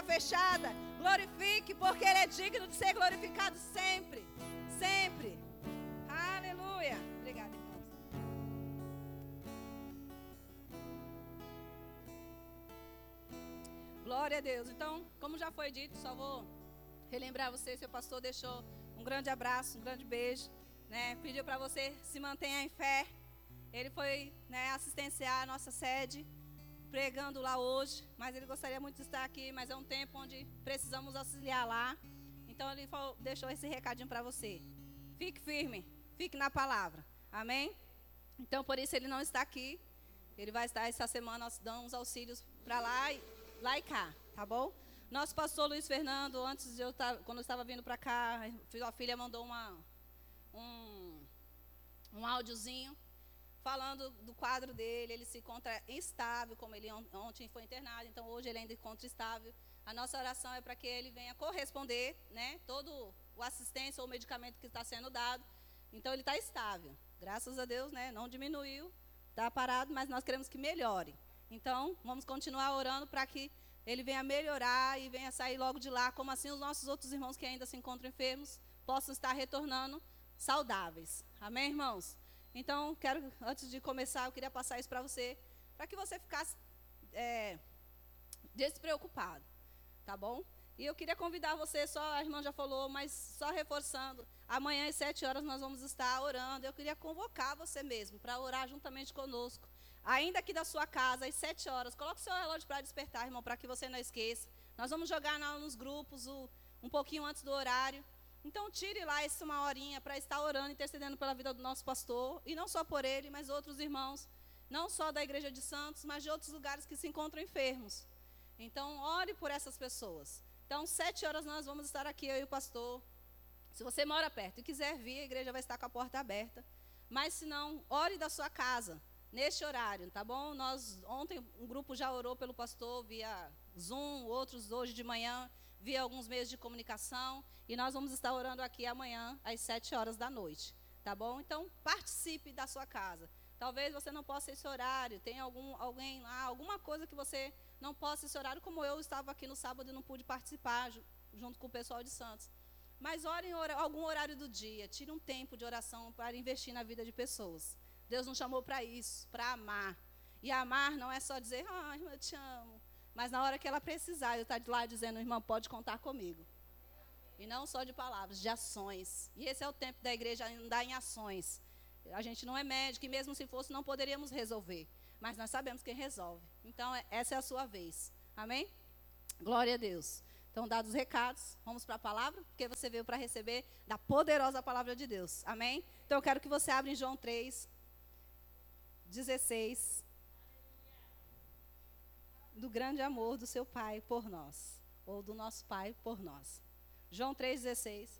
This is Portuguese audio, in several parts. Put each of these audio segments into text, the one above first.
fechada. Glorifique, porque Ele é digno de ser glorificado sempre. Sempre. Aleluia. Obrigada, irmãos. Glória a Deus. Então, como já foi dito, só vou relembrar você, seu pastor deixou um grande abraço, um grande beijo, né? Pediu para você se mantenha em fé. Ele foi, né, assistenciar a nossa sede, pregando lá hoje, mas ele gostaria muito de estar aqui, mas é um tempo onde precisamos auxiliar lá. Então ele deixou esse recadinho para você. Fique firme, fique na palavra. Amém? Então por isso ele não está aqui. Ele vai estar essa semana dando uns auxílios para lá e cá, tá bom? Nosso pastor Luiz Fernando, antes de quando eu estava vindo para cá, a filha mandou um áudiozinho falando do quadro dele. Ele se encontra instável, como ele ontem foi internado, então hoje ele ainda encontra estável. A nossa oração é para que ele venha corresponder, né, todo o assistência ou o medicamento que está sendo dado. Então ele está estável, graças a Deus, né, não diminuiu, está parado, mas nós queremos que melhore. Então vamos continuar orando para que ele venha melhorar e venha sair logo de lá, como assim os nossos outros irmãos que ainda se encontram enfermos possam estar retornando saudáveis. Amém, irmãos? Então, antes de começar, eu queria passar isso para você, para que você ficasse despreocupado, tá bom? E eu queria convidar você, a irmã já falou, mas só reforçando, amanhã às 7 horas nós vamos estar orando. Eu queria convocar você mesmo para orar juntamente conosco, ainda aqui da sua casa, às 7 horas. Coloque o seu relógio para despertar, irmão, para que você não esqueça. Nós vamos jogar nos grupos um pouquinho antes do horário. Então, tire lá uma horinha para estar orando, intercedendo pela vida do nosso pastor, e não só por ele, mas outros irmãos, não só da Igreja de Santos, mas de outros lugares que se encontram enfermos. Então, ore por essas pessoas. Então, 7 horas nós vamos estar aqui, eu e o pastor. Se você mora perto e quiser vir, a igreja vai estar com a porta aberta. Mas, se não, ore da sua casa, neste horário, tá bom? Ontem, um grupo já orou pelo pastor via Zoom, outros hoje de manhã, via alguns meios de comunicação, e nós vamos estar orando aqui amanhã, às 7 horas da noite, tá bom? Então, participe da sua casa. Talvez você não possa esse horário, tem alguém lá, alguma coisa que você não possa esse horário, como eu estava aqui no sábado e não pude participar, junto com o pessoal de Santos. Mas ore em algum horário do dia, tire um tempo de oração para investir na vida de pessoas. Deus nos chamou para isso, para amar. E amar não é só dizer, irmã, eu te amo. Mas na hora que ela precisar, eu estar lá dizendo, irmã, pode contar comigo. E não só de palavras, de ações. E esse é o tempo da igreja andar em ações. A gente não é médico, e mesmo se fosse, não poderíamos resolver. Mas nós sabemos quem resolve. Então, essa é a sua vez. Amém? Glória a Deus. Então, dados os recados, vamos para a palavra, porque você veio para receber da poderosa palavra de Deus. Amém? Então, eu quero que você abra em João 3, 16. Do grande amor do seu Pai por nós, ou do nosso Pai por nós. João 3,16.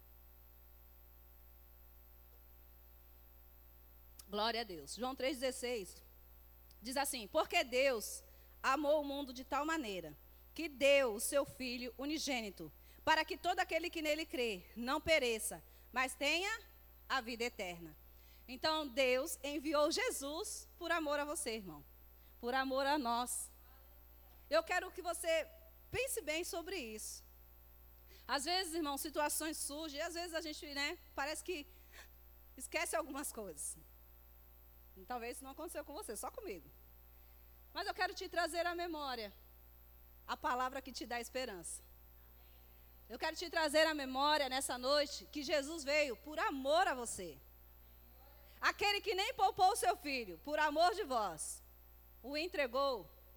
Glória a Deus. João 3,16 diz assim: porque Deus amou o mundo de tal maneira que deu o seu Filho unigênito, para que todo aquele que nele crê não pereça, mas tenha a vida eterna. Então Deus enviou Jesus por amor a você, irmão, por amor a nós. Eu quero que você pense bem sobre isso. Às vezes, irmão, situações surgem, e às vezes a gente, né, parece que esquece algumas coisas. E talvez isso não aconteceu com você, só comigo. Mas eu quero te trazer à memória a palavra que te dá esperança. Eu quero te trazer à memória nessa noite que Jesus veio por amor a você. Aquele que nem poupou o seu filho, por amor de vós, o entregou.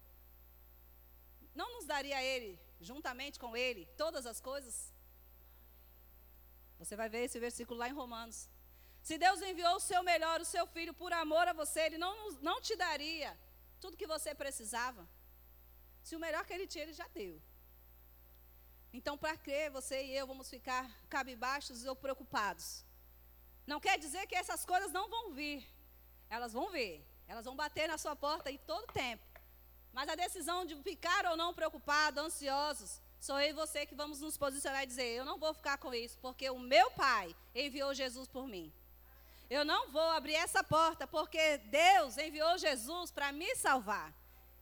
Não nos daria a ele, juntamente com ele, todas as coisas? Você vai ver esse versículo lá em Romanos. Se Deus enviou o seu melhor, o seu filho, por amor a você, ele não te daria tudo que você precisava? Se o melhor que ele tinha, ele já deu. Então, para que você e eu vamos ficar cabisbaixos ou preocupados? Não quer dizer que essas coisas não vão vir. Elas vão vir. Elas vão bater na sua porta em todo tempo. Mas a decisão de ficar ou não preocupado, ansiosos, sou eu e você que vamos nos posicionar e dizer, eu não vou ficar com isso, porque o meu Pai enviou Jesus por mim. Eu não vou abrir essa porta, porque Deus enviou Jesus para me salvar.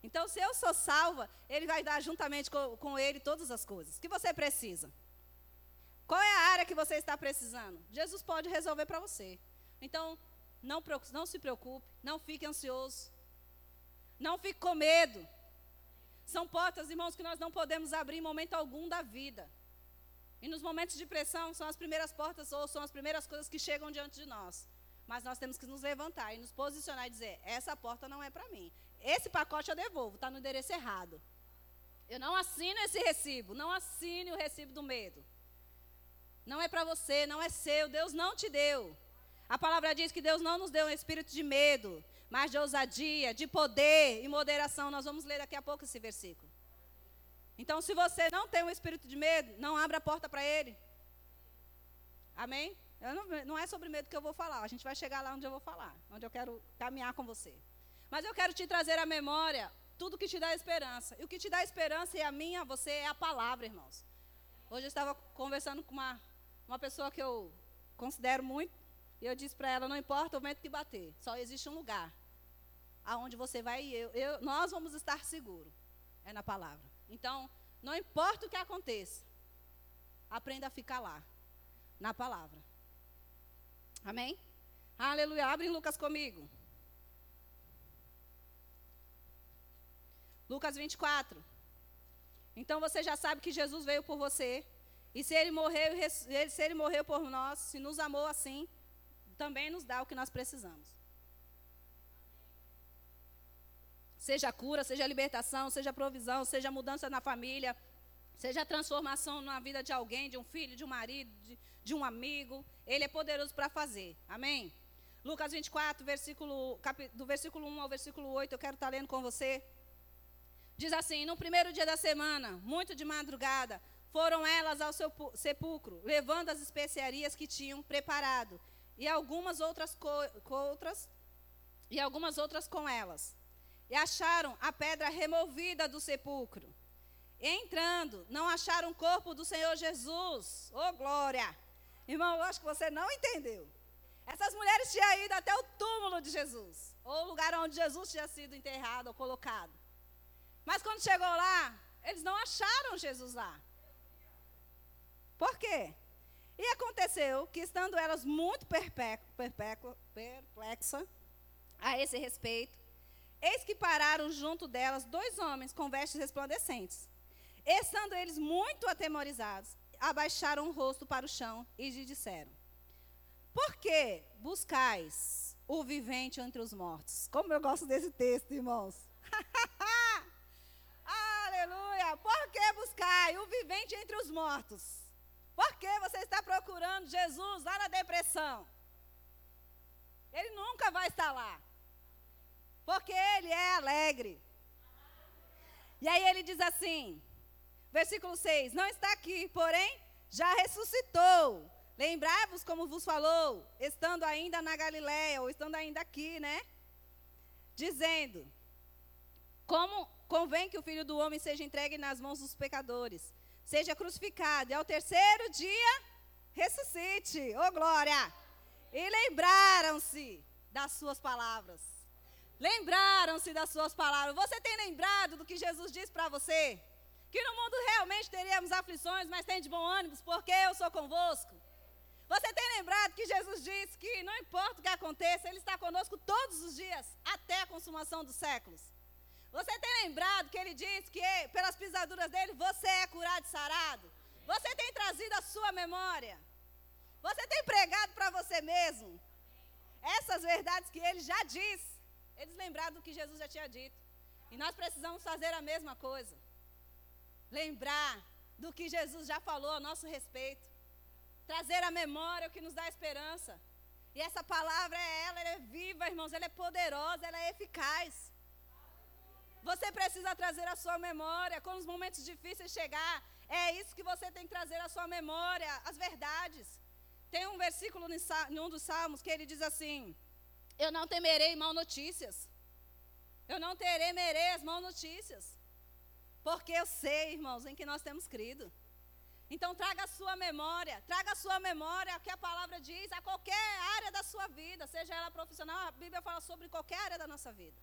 Então, se eu sou salva, ele vai dar juntamente com ele todas as coisas. O que você precisa? Qual é a área que você está precisando? Jesus pode resolver para você. Então, não se preocupe, não fique ansioso, não fique com medo. São portas, irmãos, que nós não podemos abrir em momento algum da vida. E nos momentos de pressão, são as primeiras portas ou são as primeiras coisas que chegam diante de nós. Mas nós temos que nos levantar e nos posicionar e dizer, essa porta não é para mim. Esse pacote eu devolvo, está no endereço errado. Eu não assino esse recibo, não assine o recibo do medo. Não é para você, não é seu, Deus não te deu. A palavra diz que Deus não nos deu um espírito de medo, mas de ousadia, de poder e moderação. Nós vamos ler daqui a pouco esse versículo. Então, se você não tem um espírito de medo, não abra a porta para ele. Amém? Não é sobre medo que eu vou falar. A gente vai chegar lá onde eu vou falar, onde eu quero caminhar com você. Mas eu quero te trazer à memória tudo que te dá esperança. E o que te dá esperança e a minha, a você, é a palavra, irmãos. Hoje eu estava conversando com uma pessoa que eu considero muito. E eu disse para ela, não importa o vento que bater, só existe um lugar aonde você vai e nós vamos estar seguros. É na palavra. Então, não importa o que aconteça, aprenda a ficar lá, na palavra. Amém? Aleluia. Abre em Lucas comigo. Lucas 24. Então você já sabe que Jesus veio por você. E se ele morreu por nós, se nos amou assim, também nos dá o que nós precisamos. Seja cura, seja libertação, seja provisão, seja mudança na família, seja transformação na vida de alguém, de um filho, de um marido, de um amigo. Ele é poderoso para fazer. Amém? Lucas 24, do versículo 1 ao versículo 8, eu quero estar lendo com você. Diz assim, no primeiro dia da semana, muito de madrugada, foram elas ao seu sepulcro, levando as especiarias que tinham preparado, e algumas outras com elas. E acharam a pedra removida do sepulcro. E entrando, não acharam o corpo do Senhor Jesus. Oh, glória! Irmão, eu acho que você não entendeu. Essas mulheres tinham ido até o túmulo de Jesus, ou o lugar onde Jesus tinha sido enterrado ou colocado. Mas quando chegou lá, eles não acharam Jesus lá. Por quê? E aconteceu que, estando elas muito perplexas a esse respeito, eis que pararam junto delas 2 homens com vestes resplandecentes. Estando eles muito atemorizados, abaixaram o rosto para o chão e lhe disseram, por que buscais o vivente entre os mortos? Como eu gosto desse texto, irmãos. Aleluia! Por que buscai o vivente entre os mortos? Por que você está procurando Jesus lá na depressão? Ele nunca vai estar lá. Porque ele é alegre. E aí ele diz assim, versículo 6, não está aqui, porém já ressuscitou. Lembrai-vos como vos falou, estando ainda na Galiléia, ou estando ainda aqui, né? Dizendo, como convém que o Filho do Homem seja entregue nas mãos dos pecadores, seja crucificado, e ao terceiro dia ressuscite. Oh, glória! E lembraram-se das suas palavras. Lembraram-se das suas palavras. Você tem lembrado do que Jesus disse para você? Que no mundo realmente teríamos aflições, mas tem de bom ânimo, porque eu sou convosco. Você tem lembrado que Jesus disse que não importa o que aconteça, Ele está conosco todos os dias, até a consumação dos séculos. Você tem lembrado que Ele disse que pelas pisaduras dEle você é curado e sarado? Você tem trazido a sua memória? Você tem pregado para você mesmo essas verdades que Ele já disse? Eles lembraram do que Jesus já tinha dito. E nós precisamos fazer a mesma coisa. Lembrar do que Jesus já falou a nosso respeito. Trazer à memória o que nos dá esperança. E essa palavra ela é viva, irmãos, ela é poderosa, ela é eficaz. Você precisa trazer à sua memória, quando os momentos difíceis chegar, é isso que você tem que trazer à sua memória, as verdades. Tem um versículo em um dos salmos que ele diz assim, eu não temerei mal notícias. Eu não temerei as mal notícias. Porque eu sei, irmãos, em que nós temos crido. Então traga a sua memória o que a palavra diz a qualquer área da sua vida, seja ela profissional, a Bíblia fala sobre qualquer área da nossa vida.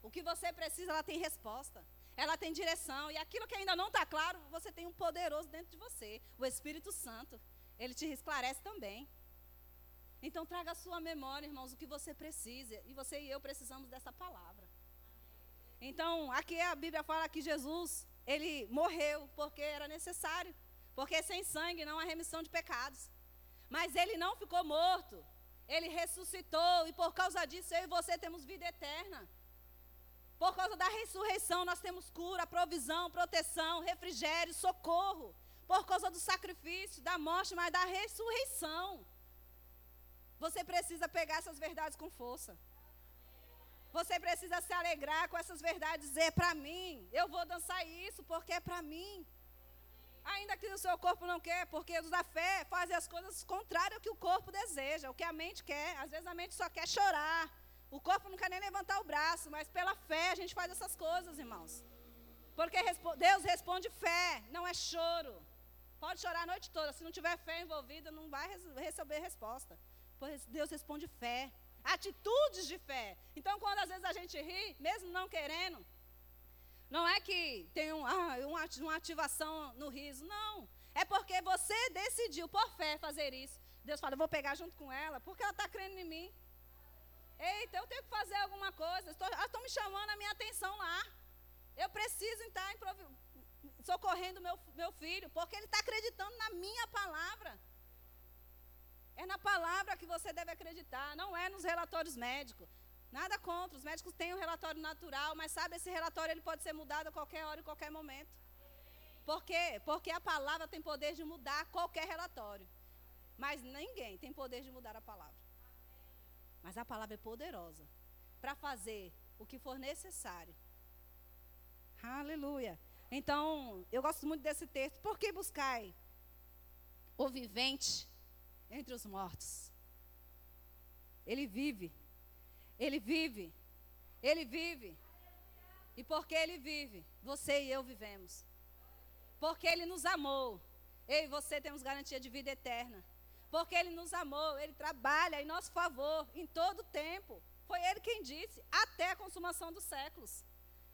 O que você precisa, ela tem resposta. Ela tem direção. E aquilo que ainda não está claro, você tem um poderoso dentro de você. O Espírito Santo. Ele te esclarece também. Então, traga à sua memória, irmãos, o que você precisa. E você e eu precisamos dessa palavra. Então, aqui a Bíblia fala que Jesus, ele morreu porque era necessário. Porque sem sangue não há remissão de pecados. Mas ele não ficou morto. Ele ressuscitou. E por causa disso, eu e você temos vida eterna. Por causa da ressurreição, nós temos cura, provisão, proteção, refrigério, socorro. Por causa do sacrifício, da morte, mas da ressurreição. Você precisa pegar essas verdades com força. Você precisa se alegrar com essas verdades, dizer, para mim, eu vou dançar isso porque é para mim. Ainda que o seu corpo não quer, porque os da fé fazem as coisas contrárias ao que o corpo deseja, o que a mente quer. Às vezes a mente só quer chorar. O corpo não quer nem levantar o braço, mas pela fé a gente faz essas coisas, irmãos. Porque Deus responde fé, não é choro. Pode chorar a noite toda, se não tiver fé envolvida, não vai receber resposta. Pois Deus responde fé, atitudes de fé. Então, quando às vezes a gente ri, mesmo não querendo, não é que tem uma ativação no riso, não. É porque você decidiu por fé fazer isso. Deus fala, eu vou pegar junto com ela, porque ela está crendo em mim. Eita, eu tenho que fazer alguma coisa, estão me chamando a minha atenção lá. Eu preciso estar socorrendo meu filho, porque ele está acreditando na minha palavra. É na palavra que você deve acreditar, não é nos relatórios médicos. Nada contra, os médicos têm um relatório natural, mas sabe, esse relatório ele pode ser mudado a qualquer hora, em qualquer momento. Por quê? Porque a palavra tem poder de mudar qualquer relatório. Mas ninguém tem poder de mudar a palavra. Mas a palavra é poderosa para fazer o que for necessário. Aleluia. Então, eu gosto muito desse texto. Por que buscai o vivente entre os mortos? Ele vive. Ele vive. Ele vive. E porque ele vive, você e eu vivemos. Porque ele nos amou. Eu e você temos garantia de vida eterna. Porque ele nos amou, ele trabalha em nosso favor em todo o tempo. Foi ele quem disse, até a consumação dos séculos.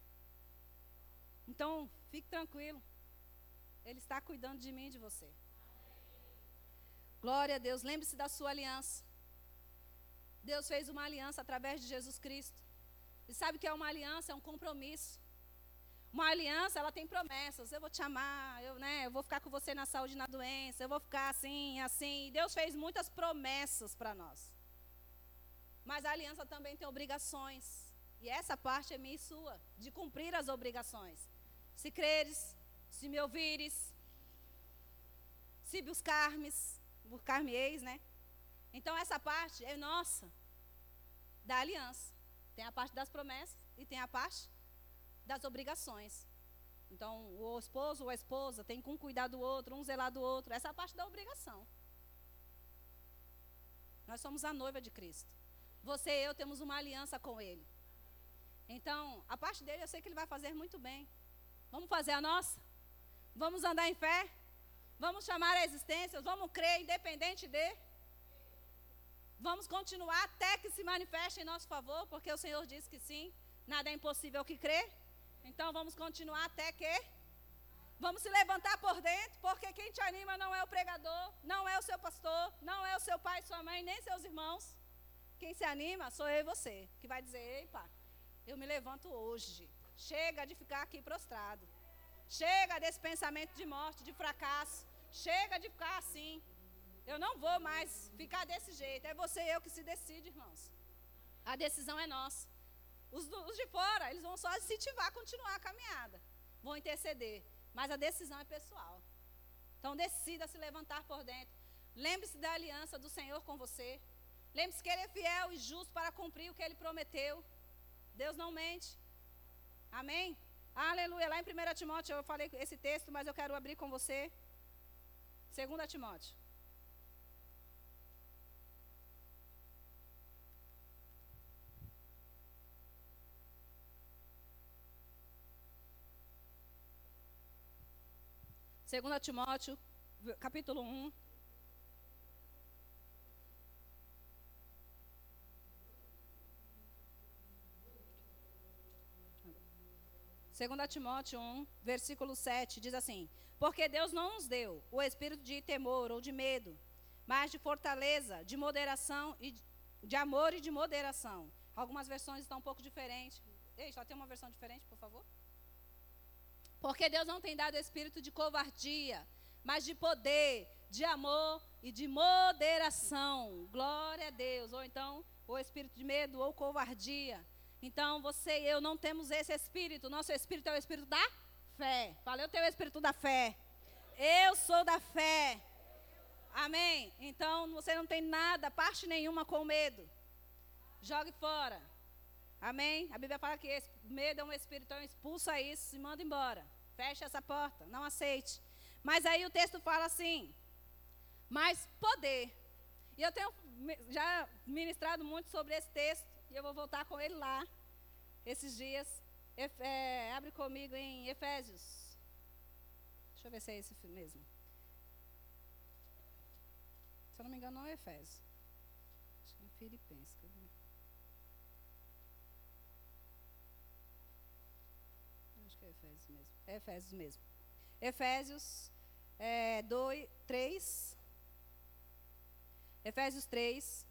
Então, fique tranquilo. Ele está cuidando de mim e de você. Glória a Deus. Lembre-se da sua aliança. Deus fez uma aliança através de Jesus Cristo. E sabe o que é uma aliança? É um compromisso. Uma aliança, ela tem promessas. Eu vou te amar, eu vou ficar com você na saúde e na doença. Eu vou ficar assim, assim. E Deus fez muitas promessas para nós. Mas a aliança também tem obrigações. E essa parte é minha e sua, de cumprir as obrigações. Se creres, se me ouvires, se buscar-me-eis, né? Então essa parte é nossa, da aliança. Tem a parte das promessas e tem a parte das obrigações. Então o esposo ou a esposa tem que um cuidar do outro, um zelar do outro. Essa é a parte da obrigação. Nós somos a noiva de Cristo. Você e eu temos uma aliança com Ele. Então, a parte dele eu sei que Ele vai fazer muito bem. Vamos fazer a nossa? Vamos andar em fé? Vamos chamar a existência? Vamos crer independente de? Vamos continuar até que se manifeste em nosso favor, porque o Senhor diz que sim, nada é impossível que crer. Então vamos continuar até que? Vamos se levantar por dentro, porque quem te anima não é o pregador, não é o seu pastor, não é o seu pai, sua mãe, nem seus irmãos. Quem se anima sou eu e você, que vai dizer, ei pá, eu me levanto hoje. Chega de ficar aqui prostrado. Chega desse pensamento de morte, de fracasso. Chega de ficar assim. Eu não vou mais ficar desse jeito. É você e eu que se decide, irmãos. A decisão é nossa. Os de fora, eles vão só incentivar a continuar a caminhada. Vão interceder. Mas a decisão é pessoal. Então decida se levantar por dentro. Lembre-se da aliança do Senhor com você. Lembre-se que Ele é fiel e justo para cumprir o que Ele prometeu. Deus não mente. Amém? Aleluia. Lá em 1 Timóteo, eu falei esse texto, mas eu quero abrir com você. 2 Timóteo. Segunda Timóteo, capítulo 1. 2 Timóteo 1, versículo 7, diz assim: porque Deus não nos deu o espírito de temor ou de medo, mas de fortaleza, de moderação e de amor e de moderação. Algumas versões estão um pouco diferentes. Ei, só tem uma versão diferente, por favor? Porque Deus não tem dado espírito de covardia, mas de poder, de amor e de moderação. Glória a Deus. Ou então, o espírito de medo ou covardia. Então, você e eu não temos esse espírito. Nosso espírito é o espírito da fé. Fala, eu tenho o espírito da fé. Eu sou da fé. Amém? Então, você não tem nada, parte nenhuma com medo. Jogue fora. Amém? A Bíblia fala que medo é um espírito, então expulsa isso e manda embora. Fecha essa porta, não aceite. Mas aí o texto fala assim, mas poder. E eu tenho já ministrado muito sobre esse texto, e eu vou voltar com ele lá, esses dias. Abre comigo em Efésios. Deixa eu ver se é esse mesmo. Se eu não me engano, não é Efésios. Acho que é Filipenses. Acho que é Efésios mesmo. É Efésios mesmo. Efésios 3. Efésios 3.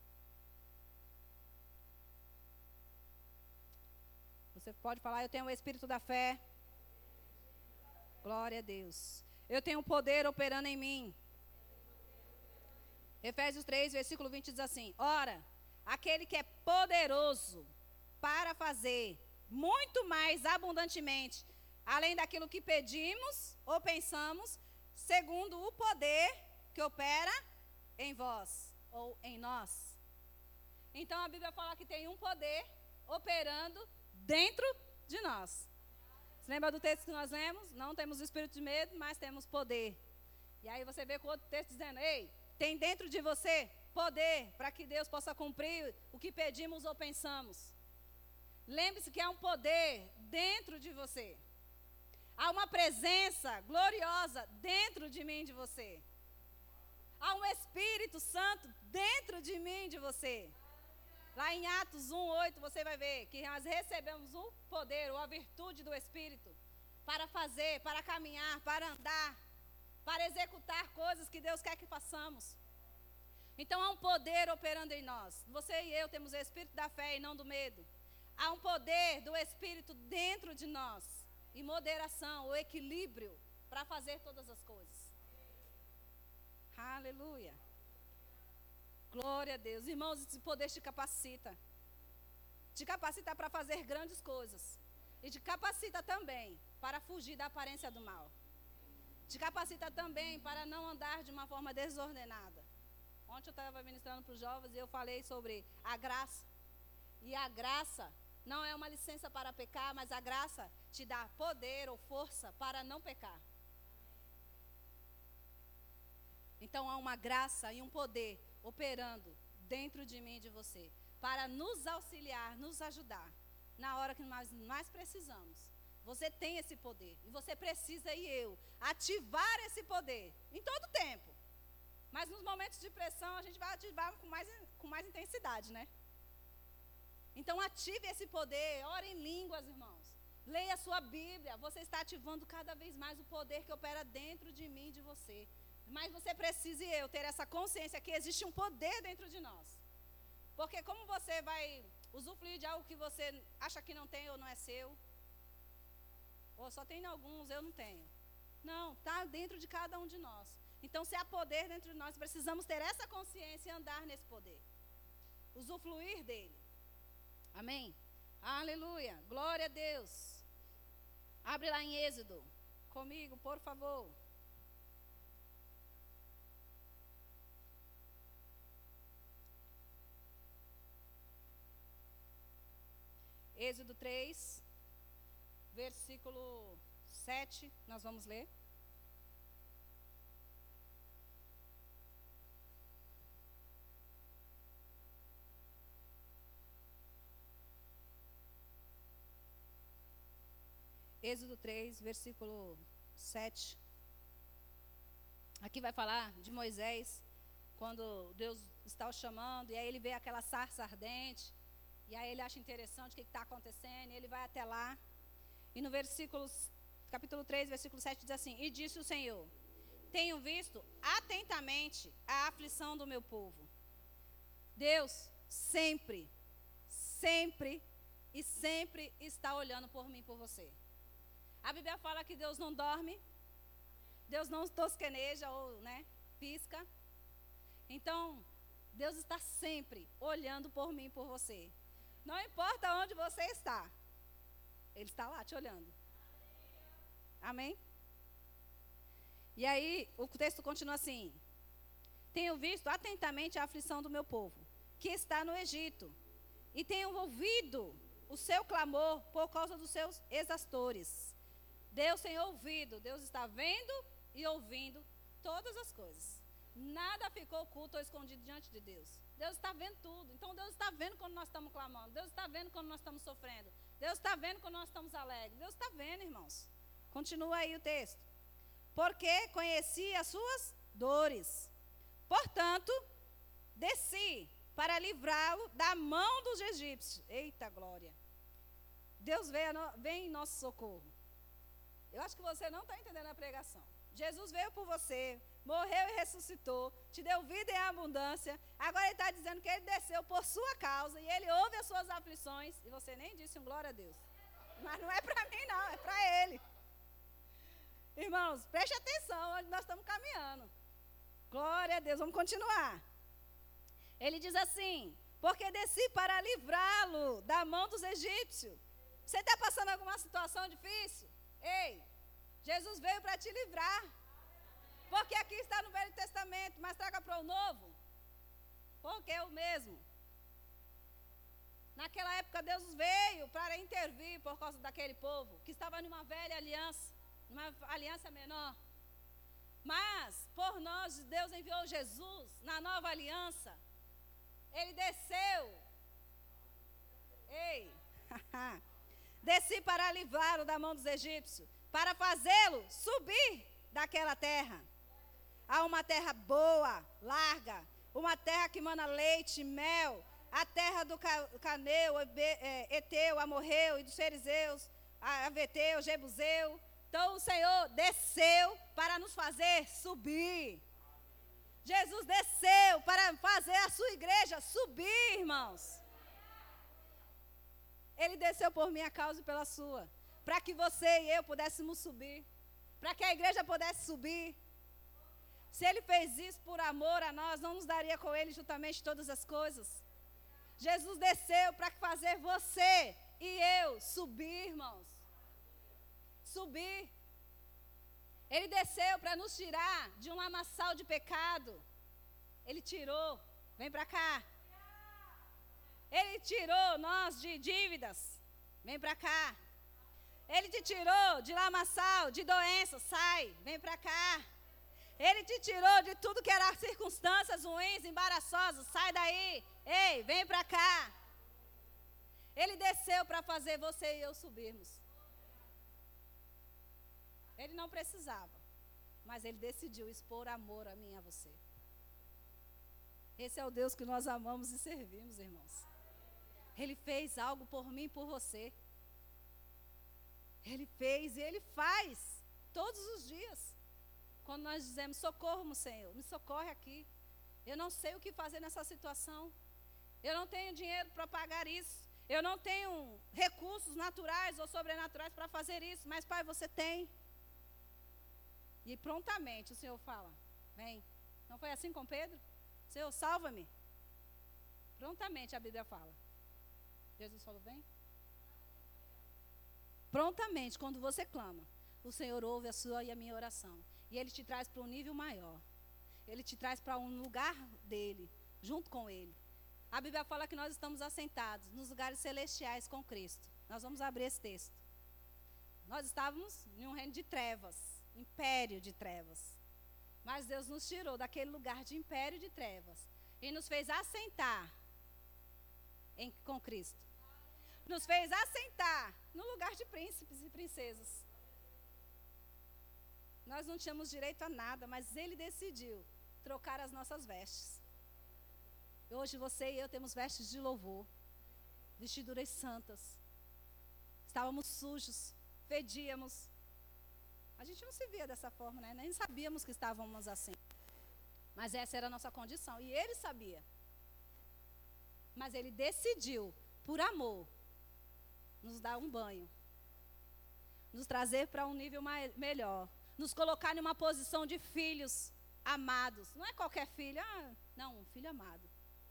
Você pode falar, eu tenho o espírito da fé. Glória a Deus. Eu tenho o poder operando em mim. Efésios 3, versículo 20 diz assim: ora, aquele que é poderoso para fazer muito mais abundantemente, além daquilo que pedimos ou pensamos, segundo o poder que opera em vós ou em nós. Então a Bíblia fala que tem um poder operando dentro de nós. Você lembra do texto que nós lemos? Não temos o espírito de medo, mas temos poder. E aí você vê com outro texto dizendo, ei, tem dentro de você poder para que Deus possa cumprir o que pedimos ou pensamos. Lembre-se que há um poder dentro de você. Há uma presença gloriosa dentro de mim e de você. Há um Espírito Santo dentro de mim e de você. Lá em Atos 1:8 você vai ver que nós recebemos o poder ou a virtude do Espírito para fazer, para caminhar, para andar, para executar coisas que Deus quer que façamos. Então há um poder operando em nós. Você e eu temos o Espírito da fé e não do medo. Há um poder do Espírito dentro de nós. E moderação, o equilíbrio para fazer todas as coisas. Aleluia. Glória a Deus. Irmãos, esse poder te capacita. Te capacita para fazer grandes coisas. E te capacita também para fugir da aparência do mal. Te capacita também para não andar de uma forma desordenada. Ontem eu estava ministrando para os jovens e eu falei sobre a graça. E a graça não é uma licença para pecar, mas a graça te dá poder ou força para não pecar. Então há uma graça e um poder operando dentro de mim e de você, para nos auxiliar, nos ajudar, na hora que nós mais precisamos. Você tem esse poder, e você precisa, e eu, ativar esse poder, em todo tempo. Mas nos momentos de pressão, a gente vai ativar com mais intensidade, né? Então ative esse poder, ore em línguas, irmãos. Leia a sua Bíblia, você está ativando cada vez mais o poder que opera dentro de mim e de você. Mas você precisa, e eu, ter essa consciência que existe um poder dentro de nós. Porque como você vai usufruir de algo que você acha que não tem ou não é seu? Ou só tem alguns, eu não tenho. Não, está dentro de cada um de nós. Então, se há poder dentro de nós, precisamos ter essa consciência e andar nesse poder. Usufruir dele. Amém? Aleluia. Glória a Deus. Abre lá em Êxodo. Comigo, por favor. Êxodo 3, versículo 7, nós vamos ler. Êxodo 3, versículo 7. Aqui vai falar de Moisés, quando Deus está o chamando, e aí ele vê aquela sarça ardente. E aí ele acha interessante o que está acontecendo, e ele vai até lá. E no capítulo 3, versículo 7 diz assim: E disse o Senhor: Tenho visto atentamente a aflição do meu povo. Deus sempre, sempre e sempre está olhando por mim e por você. A Bíblia fala que Deus não dorme, Deus não tosqueneja ou pisca. Então, Deus está sempre olhando por mim e por você. Não importa onde você está, Ele está lá te olhando. Amém? E aí, o texto continua assim: Tenho visto atentamente a aflição do meu povo, que está no Egito, e tenho ouvido o seu clamor por causa dos seus exastores. Deus tem ouvido, Deus está vendo e ouvindo todas as coisas. Nada ficou oculto ou escondido diante de Deus. Deus está vendo tudo. Então Deus está vendo quando nós estamos clamando. Deus está vendo quando nós estamos sofrendo. Deus está vendo quando nós estamos alegres. Deus está vendo, irmãos. Continua aí o texto. Porque conheci as suas dores. Portanto, desci para livrá-lo da mão dos egípcios. Eita glória. Deus vem em nosso socorro. Eu acho que você não está entendendo a pregação. Jesus veio por você, morreu e ressuscitou, te deu vida em abundância. Agora Ele está dizendo que Ele desceu por sua causa e Ele ouve as suas aflições. E você nem disse um glória a Deus. Mas não é para mim não, é para Ele. Irmãos, preste atenção onde nós estamos caminhando. Glória a Deus, vamos continuar. Ele diz assim: porque desci para livrá-lo da mão dos egípcios. Você está passando alguma situação difícil? Ei, Jesus veio para te livrar. Porque aqui está no Velho Testamento, mas traga para o Novo. Porque é o mesmo. Naquela época Deus veio para intervir por causa daquele povo que estava numa velha aliança, numa aliança menor. Mas por nós Deus enviou Jesus na nova aliança. Ele desceu. Ei, desci para livrá-lo da mão dos egípcios, para fazê-lo subir daquela terra a uma terra boa, larga, uma terra que mana leite e mel, a terra do Caneu, Eteu, Amorreu e dos Fariseus, Aveteu, Jebuseu. Então o Senhor desceu para nos fazer subir. Jesus desceu para fazer a sua igreja subir, irmãos. Ele desceu por minha causa e pela sua, para que você e eu pudéssemos subir, para que a igreja pudesse subir. Se Ele fez isso por amor a nós, não nos daria com Ele juntamente todas as coisas? Jesus desceu para fazer você e eu subir, irmãos. Subir. Ele desceu para nos tirar de um lamaçal de pecado. Ele tirou. Vem para cá. Ele tirou nós de dívidas. Vem para cá. Ele te tirou de lamaçal, de doença. Sai, vem para cá. Ele te tirou de tudo que era circunstâncias ruins, embaraçosas. Sai daí. Ei, vem para cá. Ele desceu para fazer você e eu subirmos. Ele não precisava, mas Ele decidiu expor amor a mim e a você. Esse é o Deus que nós amamos e servimos, irmãos. Ele fez algo por mim e por você. Ele fez e Ele faz todos os dias. Quando nós dizemos: socorro-me, Senhor, me socorre aqui. Eu não sei o que fazer nessa situação. Eu não tenho dinheiro para pagar isso. Eu não tenho recursos naturais ou sobrenaturais para fazer isso. Mas, Pai, você tem. E prontamente o Senhor fala: vem. Não foi assim com Pedro? Senhor, salva-me. Prontamente a Bíblia fala. Jesus falou: vem. Prontamente, quando você clama, o Senhor ouve a sua e a minha oração. E Ele te traz para um nível maior. Ele te traz para um lugar dEle, junto com Ele. A Bíblia fala que nós estamos assentados nos lugares celestiais com Cristo. Nós vamos abrir esse texto. Nós estávamos em um reino de trevas, império de trevas. Mas Deus nos tirou daquele lugar de império de trevas e nos fez assentar com Cristo. Nos fez assentar no lugar de príncipes e princesas. Nós não tínhamos direito a nada, mas Ele decidiu trocar as nossas vestes. Hoje você e eu temos vestes de louvor, vestiduras santas. Estávamos sujos, fedíamos. A gente não se via dessa forma, né? Nem sabíamos que estávamos assim. Mas essa era a nossa condição. E ele sabia. Mas ele decidiu, por amor, nos dar um banho. Nos trazer para um nível melhor. Nos colocar em uma posição de filhos amados. Não é qualquer filho. Não, um filho amado.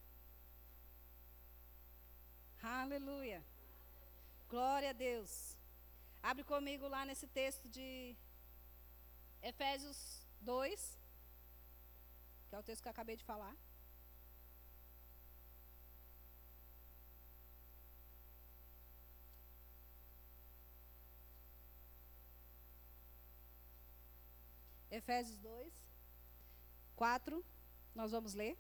Aleluia. Glória a Deus. Abre comigo lá nesse texto de Efésios 2, que é o texto que eu acabei de falar. Efésios 2, 4, nós vamos ler.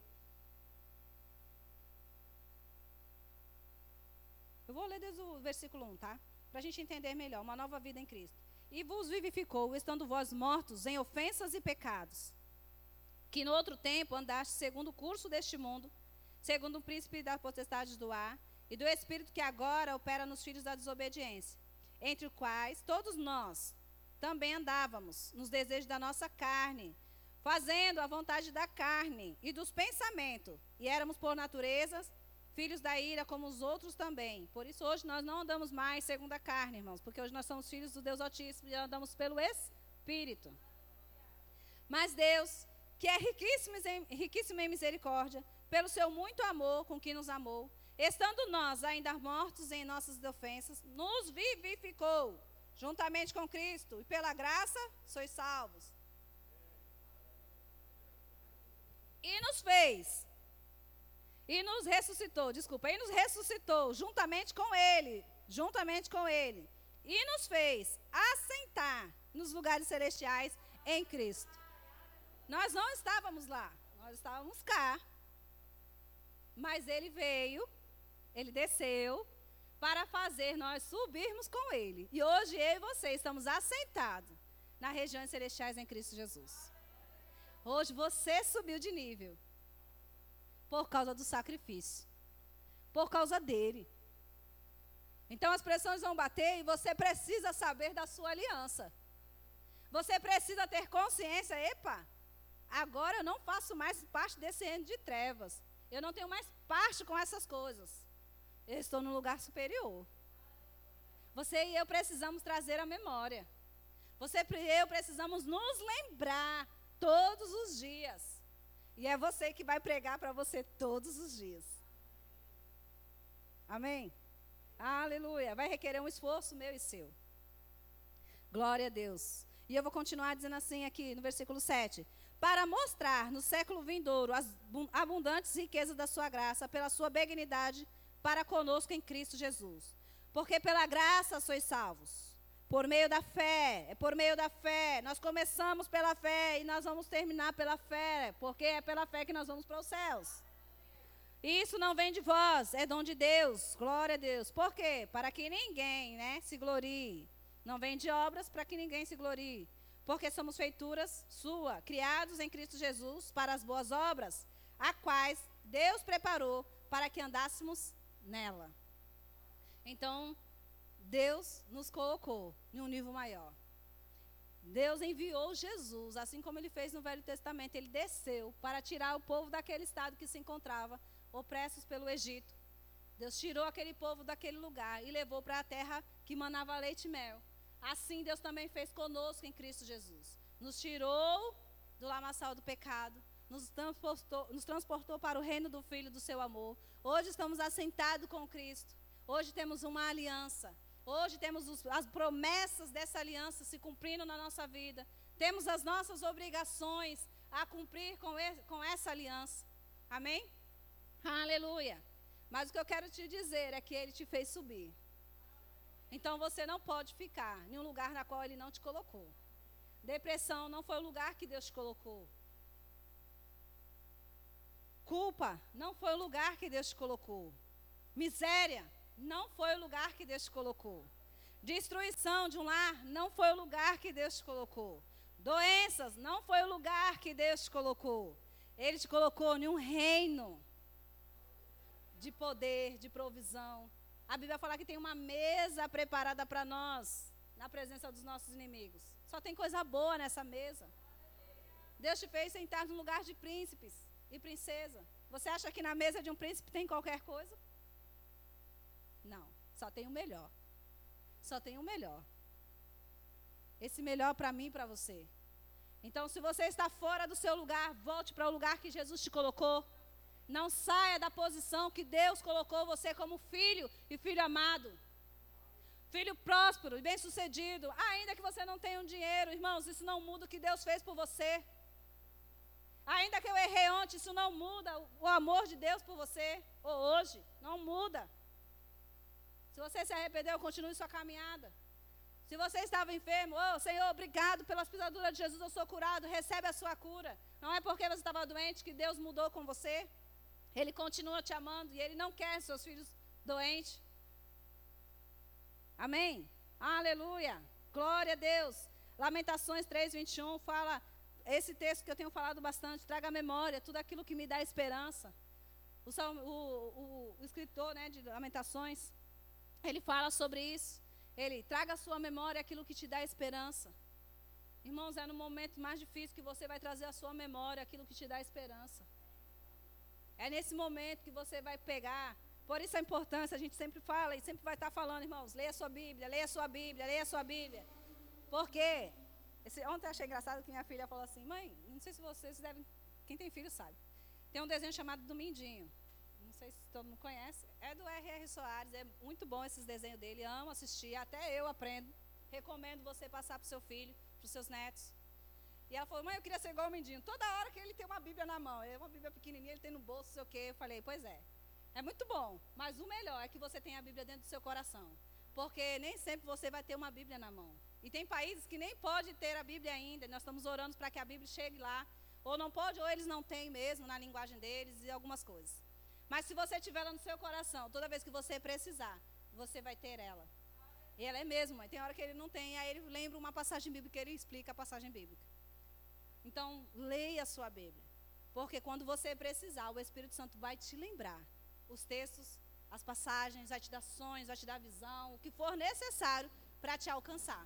Eu vou ler desde o versículo 1, tá? Para a gente entender melhor, uma nova vida em Cristo. E vos vivificou, estando vós mortos em ofensas e pecados, que no outro tempo andaste segundo o curso deste mundo, segundo o príncipe das potestades do ar, e do espírito que agora opera nos filhos da desobediência, entre os quais todos nós também andávamos nos desejos da nossa carne, fazendo a vontade da carne e dos pensamentos, e éramos por natureza filhos da ira como os outros também. Por isso hoje nós não andamos mais segundo a carne, irmãos, porque hoje nós somos filhos do Deus Altíssimo e andamos pelo Espírito. Mas Deus, que é riquíssimo em misericórdia, pelo seu muito amor com que nos amou, estando nós ainda mortos em nossas ofensas, nos vivificou juntamente com Cristo, e pela graça sois salvos. E nos ressuscitou juntamente com Ele, e nos fez assentar nos lugares celestiais em Cristo. Nós não estávamos lá, nós estávamos cá, mas Ele veio, Ele desceu, para fazer nós subirmos com Ele. E hoje eu e você estamos assentados nas regiões celestiais em Cristo Jesus. Hoje você subiu de nível. Por causa do sacrifício. Por causa dele. Então as pressões vão bater e você precisa saber da sua aliança. Você precisa ter consciência, agora eu não faço mais parte desse reino de trevas. Eu não tenho mais parte com essas coisas. Eu estou no lugar superior. Você e eu precisamos trazer a memória. Você e eu precisamos nos lembrar todos os dias. E é você que vai pregar para você todos os dias. Amém? Aleluia. Vai requerer um esforço meu e seu. Glória a Deus. E eu vou continuar dizendo assim aqui no versículo 7. Para mostrar no século vindouro as abundantes riquezas da sua graça, pela sua benignidade para conosco em Cristo Jesus. Porque pela graça sois salvos. Por meio da fé, nós começamos pela fé e nós vamos terminar pela fé, porque é pela fé que nós vamos para os céus. E isso não vem de vós, é dom de Deus, glória a Deus. Por quê? Para que ninguém, se glorie. Não vem de obras para que ninguém se glorie. Porque somos feituras sua, criados em Cristo Jesus para as boas obras, a quais Deus preparou para que andássemos nela. Então, Deus nos colocou em um nível maior. Deus enviou Jesus, assim como Ele fez no Velho Testamento. Ele desceu para tirar o povo daquele estado que se encontrava, opressos pelo Egito. Deus tirou aquele povo daquele lugar e levou para a terra que manava leite e mel. Assim Deus também fez conosco em Cristo Jesus. Nos tirou do lamaçal do pecado, nos transportou para o reino do Filho do seu amor. Hoje estamos assentados com Cristo. Hoje temos uma aliança. Hoje temos as promessas dessa aliança se cumprindo na nossa vida. Temos as nossas obrigações a cumprir com essa aliança. Amém? Aleluia. Mas o que eu quero te dizer é que Ele te fez subir. Então você não pode ficar em um lugar na qual Ele não te colocou. Depressão não foi o lugar que Deus te colocou. Culpa não foi o lugar que Deus te colocou. Miséria não foi o lugar que Deus te colocou. Destruição de um lar não foi o lugar que Deus te colocou. Doenças não foi o lugar que Deus te colocou. Ele te colocou em um reino de poder, de provisão. A Bíblia fala que tem uma mesa preparada para nós na presença dos nossos inimigos. Só tem coisa boa nessa mesa. Deus te fez sentar no lugar de príncipes e princesa. Você acha que na mesa de um príncipe tem qualquer coisa? Não, só tem o melhor. Só tem o melhor. Esse melhor para mim e para você. Então, se você está fora do seu lugar, volte para o lugar que Jesus te colocou. Não saia da posição que Deus colocou você como filho e filho amado. Filho próspero e bem-sucedido. Ainda que você não tenha um dinheiro, irmãos, isso não muda o que Deus fez por você. Ainda que eu errei ontem, isso não muda o amor de Deus por você, ou hoje. Não muda. Se você se arrependeu, continue sua caminhada. Se você estava enfermo, Senhor, obrigado pelas pisaduras de Jesus, eu sou curado, recebe a sua cura. Não é porque você estava doente que Deus mudou com você. Ele continua te amando e Ele não quer seus filhos doentes. Amém? Aleluia. Glória a Deus. Lamentações 3:21 fala, esse texto que eu tenho falado bastante, traga à memória tudo aquilo que me dá esperança. O escritor, né, de Lamentações, ele fala sobre isso. Ele traga à sua memória aquilo que te dá esperança. Irmãos, é no momento mais difícil que você vai trazer à sua memória aquilo que te dá esperança. É nesse momento que você vai pegar. Por isso a importância, a gente sempre fala e sempre vai estar falando, irmãos, leia a sua Bíblia, leia a sua Bíblia, leia a sua Bíblia. Por quê? Ontem eu achei engraçado que minha filha falou assim, mãe, não sei se vocês devem, quem tem filho sabe. Tem um desenho chamado do Mindinho. Não sei se todo mundo conhece. É do R.R. Soares, é muito bom esses desenhos dele, amo assistir, até eu aprendo. Recomendo você passar para o seu filho, para os seus netos. E ela falou, mãe, eu queria ser igual o Mindinho. Toda hora que ele tem uma Bíblia na mão, uma Bíblia pequenininha, ele tem no bolso, não sei o quê. Eu falei, pois é. É muito bom, mas o melhor é que você tenha a Bíblia dentro do seu coração. Porque nem sempre você vai ter uma Bíblia na mão. E tem países que nem pode ter a Bíblia ainda. Nós estamos orando para que a Bíblia chegue lá. Ou não pode, ou eles não têm mesmo na linguagem deles e algumas coisas. Mas se você tiver ela no seu coração, toda vez que você precisar, você vai ter ela. E ela é mesmo, mas tem hora que ele não tem, aí ele lembra uma passagem bíblica, ele explica a passagem bíblica. Então, leia a sua Bíblia. Porque quando você precisar, o Espírito Santo vai te lembrar os textos, as passagens, vai te dar sonhos, vai te dar visão, o que for necessário para te alcançar.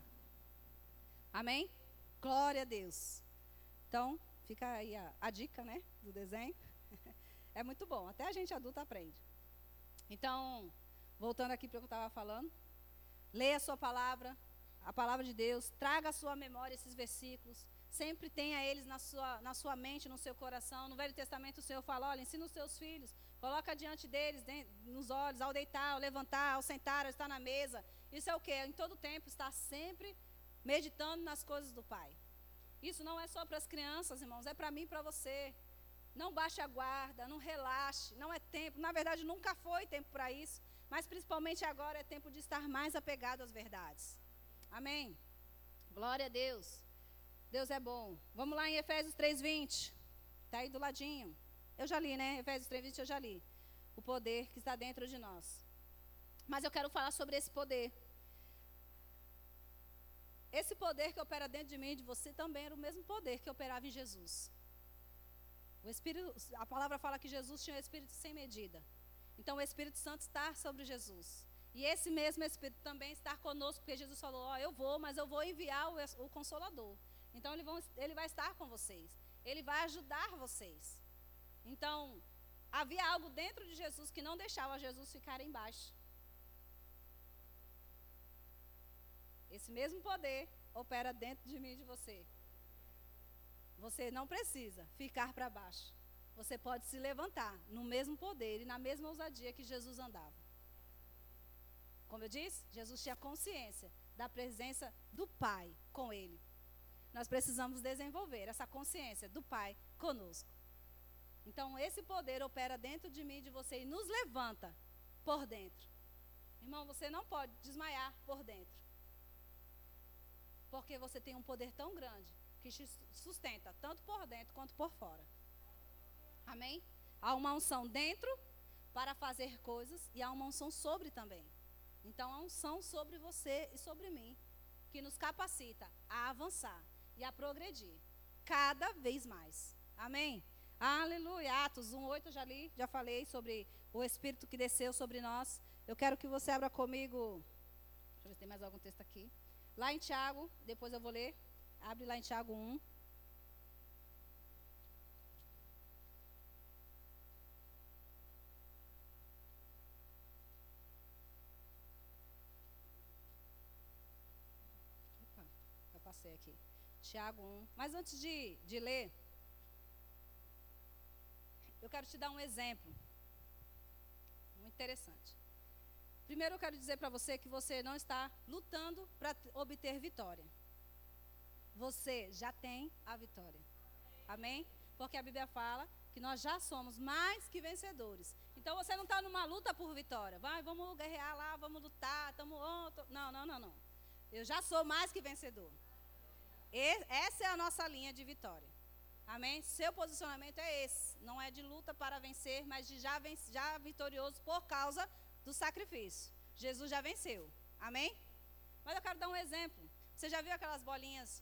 Amém? Glória a Deus. Então, fica aí a dica, né, do desenho. É muito bom, até a gente adulta aprende. Então, voltando aqui para o que eu estava falando, leia a sua palavra, a palavra de Deus, traga à sua memória esses versículos, sempre tenha eles na sua mente, no seu coração. No Velho Testamento o Senhor fala, olha, ensina os seus filhos, coloca diante deles, nos olhos, ao deitar, ao levantar, ao sentar, ao estar na mesa. Isso é o quê? Em todo tempo, estar sempre meditando nas coisas do Pai. Isso não é só para as crianças, irmãos, é para mim e para você. Não baixe a guarda, não relaxe, não é tempo. Na verdade, nunca foi tempo para isso, mas principalmente agora é tempo de estar mais apegado às verdades. Amém? Glória a Deus. Deus é bom. Vamos lá em Efésios 3:20. Está aí do ladinho. Eu já li, né? Efésios 3:20 eu já li. O poder que está dentro de nós. Mas eu quero falar sobre esse poder. Esse poder que opera dentro de mim e de você também era o mesmo poder que operava em Jesus. O Espírito, a palavra fala que Jesus tinha o Espírito sem medida. Então o Espírito Santo está sobre Jesus. E esse mesmo Espírito também está conosco, porque Jesus falou, eu vou, mas eu vou enviar o Consolador. Então ele vai estar com vocês. Ele vai ajudar vocês. Então, havia algo dentro de Jesus que não deixava Jesus ficar embaixo. Esse mesmo poder opera dentro de mim e de você. Você não precisa ficar para baixo. Você pode se levantar no mesmo poder e na mesma ousadia que Jesus andava. Como eu disse, Jesus tinha consciência da presença do Pai com ele. Nós precisamos desenvolver essa consciência do Pai conosco. Então, esse poder opera dentro de mim e de você e nos levanta por dentro. Irmão, você não pode desmaiar por dentro. Porque você tem um poder tão grande que te sustenta tanto por dentro quanto por fora. Amém? Há uma unção dentro para fazer coisas e há uma unção sobre também. Então, há unção sobre você e sobre mim que nos capacita a avançar e a progredir cada vez mais. Amém? Aleluia. Atos 1:8 eu já li, já falei sobre o Espírito que desceu sobre nós. Eu quero que você abra comigo. Deixa eu ver se tem mais algum texto aqui. Lá em Tiago, depois eu vou ler. Abre lá em Tiago 1. Opa, eu passei aqui. Tiago 1. Mas antes de ler, eu quero te dar um exemplo. Muito interessante. Primeiro eu quero dizer para você que você não está lutando para obter vitória. Você já tem a vitória. Amém? Porque a Bíblia fala que nós já somos mais que vencedores. Então você não está numa luta por vitória. Vamos guerrear lá, vamos lutar. Não. Eu já sou mais que vencedor. Essa é a nossa linha de vitória. Amém? Seu posicionamento é esse. Não é de luta para vencer, mas de já vitorioso por causa do sacrifício. Jesus já venceu. Amém? Mas eu quero dar um exemplo. Você já viu aquelas bolinhas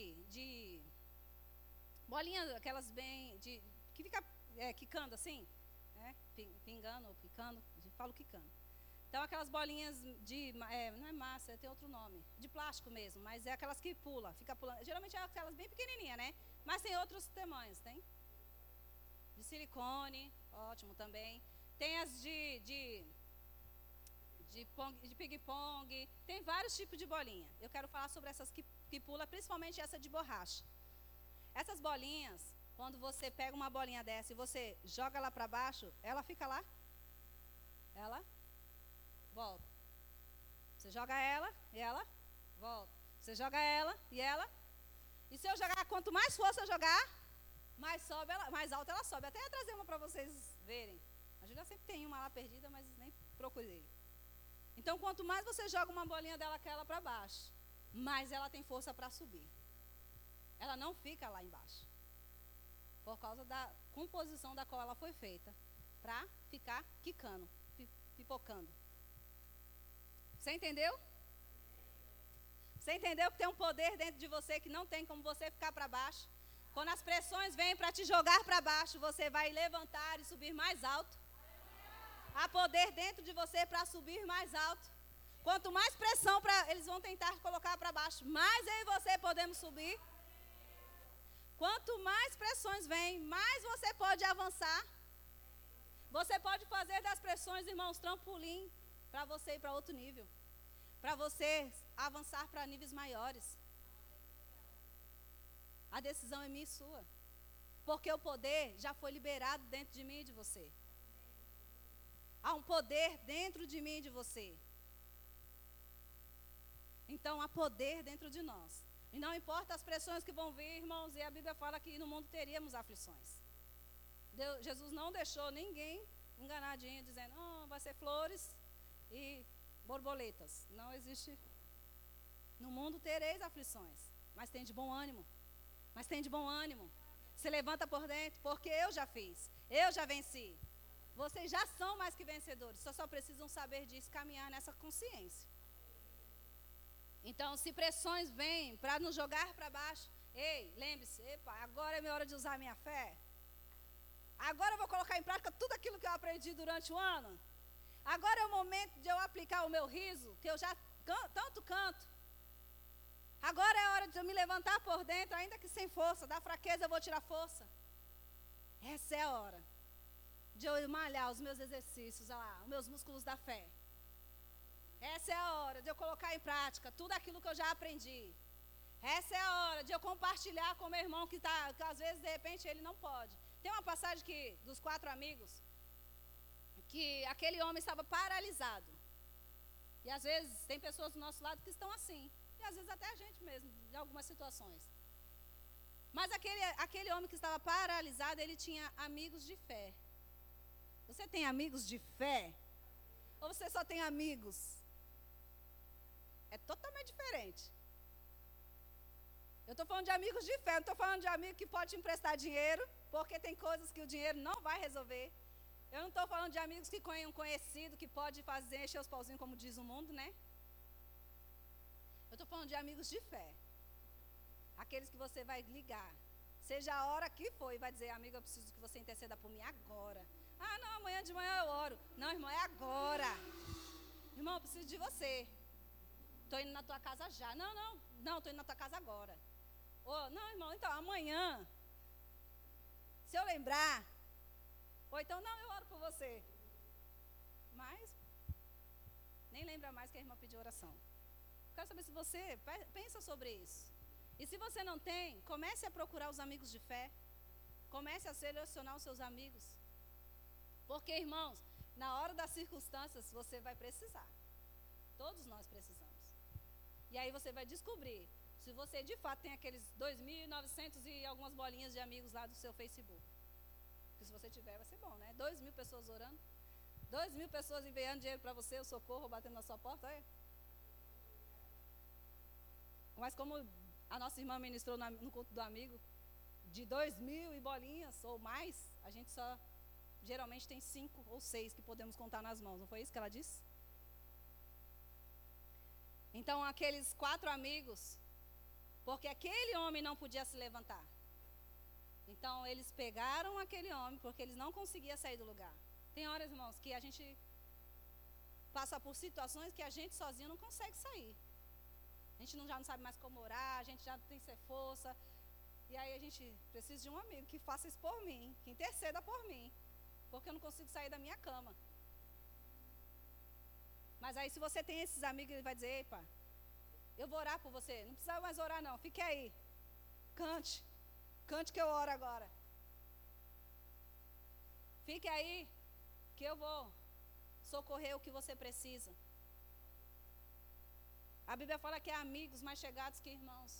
bolinhas, aquelas bem que fica quicando assim, pingando ou quicando, eu falo quicando. Então aquelas bolinhas não é massa, tem outro nome, de plástico mesmo, mas é aquelas que fica pulando. Geralmente é aquelas bem pequenininhas, né? Mas tem outros tamanhos, tem? De silicone, ótimo também. Tem as de ping-pong, tem vários tipos de bolinha. Eu quero falar sobre essas que pula, principalmente essa de borracha. Essas bolinhas, quando você pega uma bolinha dessa e você joga ela para baixo, ela fica lá. Ela volta. Você joga ela e ela volta. Você joga ela e ela. E se eu jogar, quanto mais força eu jogar, mais alta ela sobe. Até ia trazer uma para vocês verem. A Júlia sempre tem uma lá perdida, mas nem procurei. Então, quanto mais você joga uma bolinha daquela para baixo, mais ela tem força para subir. Ela não fica lá embaixo. Por causa da composição da qual ela foi feita. Para ficar quicando, pipocando. Você entendeu? Você entendeu que tem um poder dentro de você que não tem como você ficar para baixo? Quando as pressões vêm para te jogar para baixo, você vai levantar e subir mais alto. Há poder dentro de você para subir mais alto. Quanto mais pressão eles vão tentar colocar para baixo, mais eu e você podemos subir. Quanto mais pressões vêm, mais você pode avançar. Você pode fazer das pressões, irmãos, trampolim para você ir para outro nível. Para você avançar para níveis maiores. A decisão é minha e sua. Porque o poder já foi liberado dentro de mim e de você. Há um poder dentro de mim e de você. Então, há poder dentro de nós. E não importa as pressões que vão vir, irmãos, e a Bíblia fala que no mundo teríamos aflições. Jesus não deixou ninguém enganadinho, dizendo, vai ser flores e borboletas. Não existe. No mundo tereis aflições, mas tem de bom ânimo. Mas tem de bom ânimo. Se levanta por dentro, porque eu já fiz. Eu já venci. Vocês já são mais que vencedores. Só precisam saber disso, caminhar nessa consciência. Então, se pressões vêm para nos jogar para baixo, lembre-se, agora é minha hora de usar a minha fé. Agora eu vou colocar em prática tudo aquilo que eu aprendi durante o ano. Agora é o momento de eu aplicar o meu riso, que eu já tanto canto. Agora é a hora de eu me levantar por dentro, ainda que sem força. Da fraqueza eu vou tirar força. Essa é a hora de eu malhar os meus exercícios, os meus músculos da fé. Essa é a hora de eu colocar em prática tudo aquilo que eu já aprendi. Essa é a hora de eu compartilhar com o meu irmão que às vezes, de repente, ele não pode. Tem uma passagem dos 4 amigos, que aquele homem estava paralisado. E às vezes tem pessoas do nosso lado que estão assim. E às vezes até a gente mesmo, em algumas situações. Mas aquele homem que estava paralisado, ele tinha amigos de fé. Você tem amigos de fé? Ou você só tem amigos? É totalmente diferente. Eu estou falando de amigos de fé, não estou falando de amigo que pode te emprestar dinheiro, porque tem coisas que o dinheiro não vai resolver. Eu não estou falando de amigos que conhecem um conhecido que pode encher os pauzinhos, como diz o mundo, né? Eu estou falando de amigos de fé. Aqueles que você vai ligar. Seja a hora que for e vai dizer, amigo, eu preciso que você interceda por mim agora. Não, amanhã de manhã eu oro. Não, irmão, é agora. Irmão, eu preciso de você. Estou indo na tua casa já. Não, estou indo na tua casa agora. Oh, não, irmão, então amanhã, se eu lembrar, ou então, não, eu oro por você. Mas, nem lembra mais que a irmã pediu oração. Quero saber se você pensa sobre isso. E se você não tem, comece a procurar os amigos de fé. Comece a selecionar os seus amigos. Porque, irmãos, na hora das circunstâncias, você vai precisar. Todos nós precisamos. E aí você vai descobrir se você de fato tem aqueles 2.900 e algumas bolinhas de amigos lá do seu Facebook. Porque se você tiver, vai ser bom, né? 2.000 pessoas orando. 2.000 pessoas enviando dinheiro para você, o socorro batendo na sua porta, é? Mas como a nossa irmã ministrou no culto do amigo, de 2.000 e bolinhas ou mais, a gente só geralmente tem 5 ou 6 que podemos contar nas mãos. Não foi isso que ela disse? Então, aqueles 4 amigos, porque aquele homem não podia se levantar. Então, eles pegaram aquele homem, porque eles não conseguiam sair do lugar. Tem horas, irmãos, que a gente passa por situações que a gente sozinho não consegue sair. A gente já não sabe mais como orar, a gente já tem que ter força. E aí a gente precisa de um amigo que faça isso por mim, que interceda por mim. Porque eu não consigo sair da minha cama. Mas aí se você tem esses amigos, ele vai dizer, epa, eu vou orar por você. Não precisa mais orar não, fique aí. Cante. Cante que eu oro agora. Fique aí, que eu vou socorrer o que você precisa. A Bíblia fala que é amigos mais chegados que irmãos.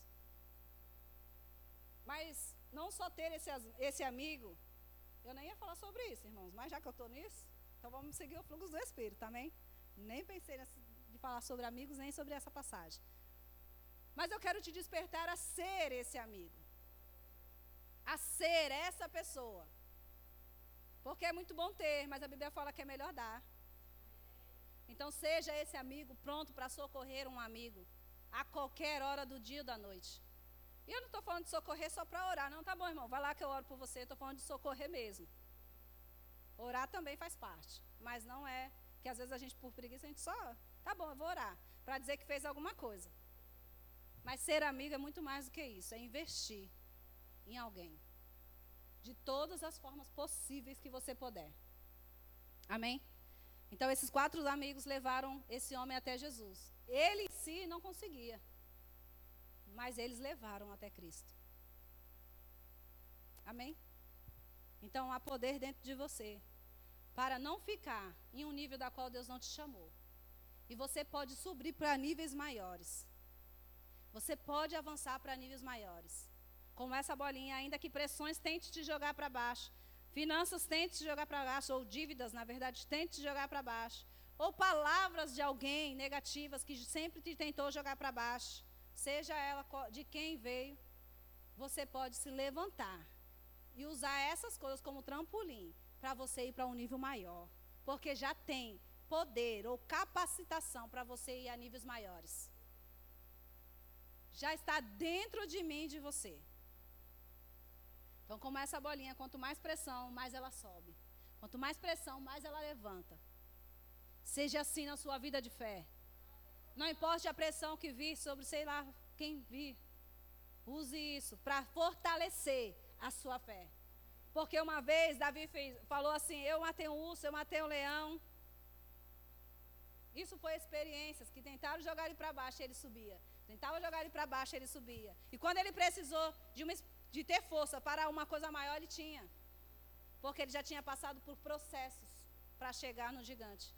Mas não só ter esse amigo, eu nem ia falar sobre isso, irmãos, mas já que eu estou nisso, então vamos seguir o fluxo do Espírito, também. Nem pensei de falar sobre amigos, nem sobre essa passagem. Mas eu quero te despertar a ser esse amigo. A ser essa pessoa. Porque é muito bom ter, mas a Bíblia fala que é melhor dar. Então seja esse amigo pronto para socorrer um amigo a qualquer hora do dia ou da noite. E eu não estou falando de socorrer só para orar, não, tá bom, irmão, vai lá que eu oro por você, estou falando de socorrer mesmo. Orar também faz parte, mas não é que às vezes a gente por preguiça, a gente só, tá bom, eu vou orar, para dizer que fez alguma coisa. Mas ser amigo é muito mais do que isso, é investir em alguém. De todas as formas possíveis que você puder. Amém? Então esses 4 amigos levaram esse homem até Jesus. Ele em si não conseguia. Mas eles levaram até Cristo. Amém? Então há poder dentro de você para não ficar em um nível da qual Deus não te chamou. E você pode subir para níveis maiores. Você pode avançar para níveis maiores. Como essa bolinha, ainda que pressões tente te jogar para baixo. Finanças tente te jogar para baixo, ou dívidas, na verdade, tente te jogar para baixo. Ou palavras de alguém negativas que sempre te tentou jogar para baixo. Seja ela de quem veio, você pode se levantar e usar essas coisas como trampolim para você ir para um nível maior. Porque já tem poder ou capacitação para você ir a níveis maiores. Já está dentro de mim e de você. Então, como essa bolinha, quanto mais pressão, mais ela sobe. Quanto mais pressão, mais ela levanta. Seja assim na sua vida de fé. Não importa a pressão que vir sobre, sei lá, quem vir. Use isso para fortalecer a sua fé. Porque uma vez Davi falou assim, eu matei um urso, eu matei um leão. Isso foi experiências que tentaram jogar ele para baixo e ele subia. Tentavam jogar ele para baixo e ele subia. E quando ele precisou de ter força para uma coisa maior, ele tinha. Porque ele já tinha passado por processos para chegar no gigante.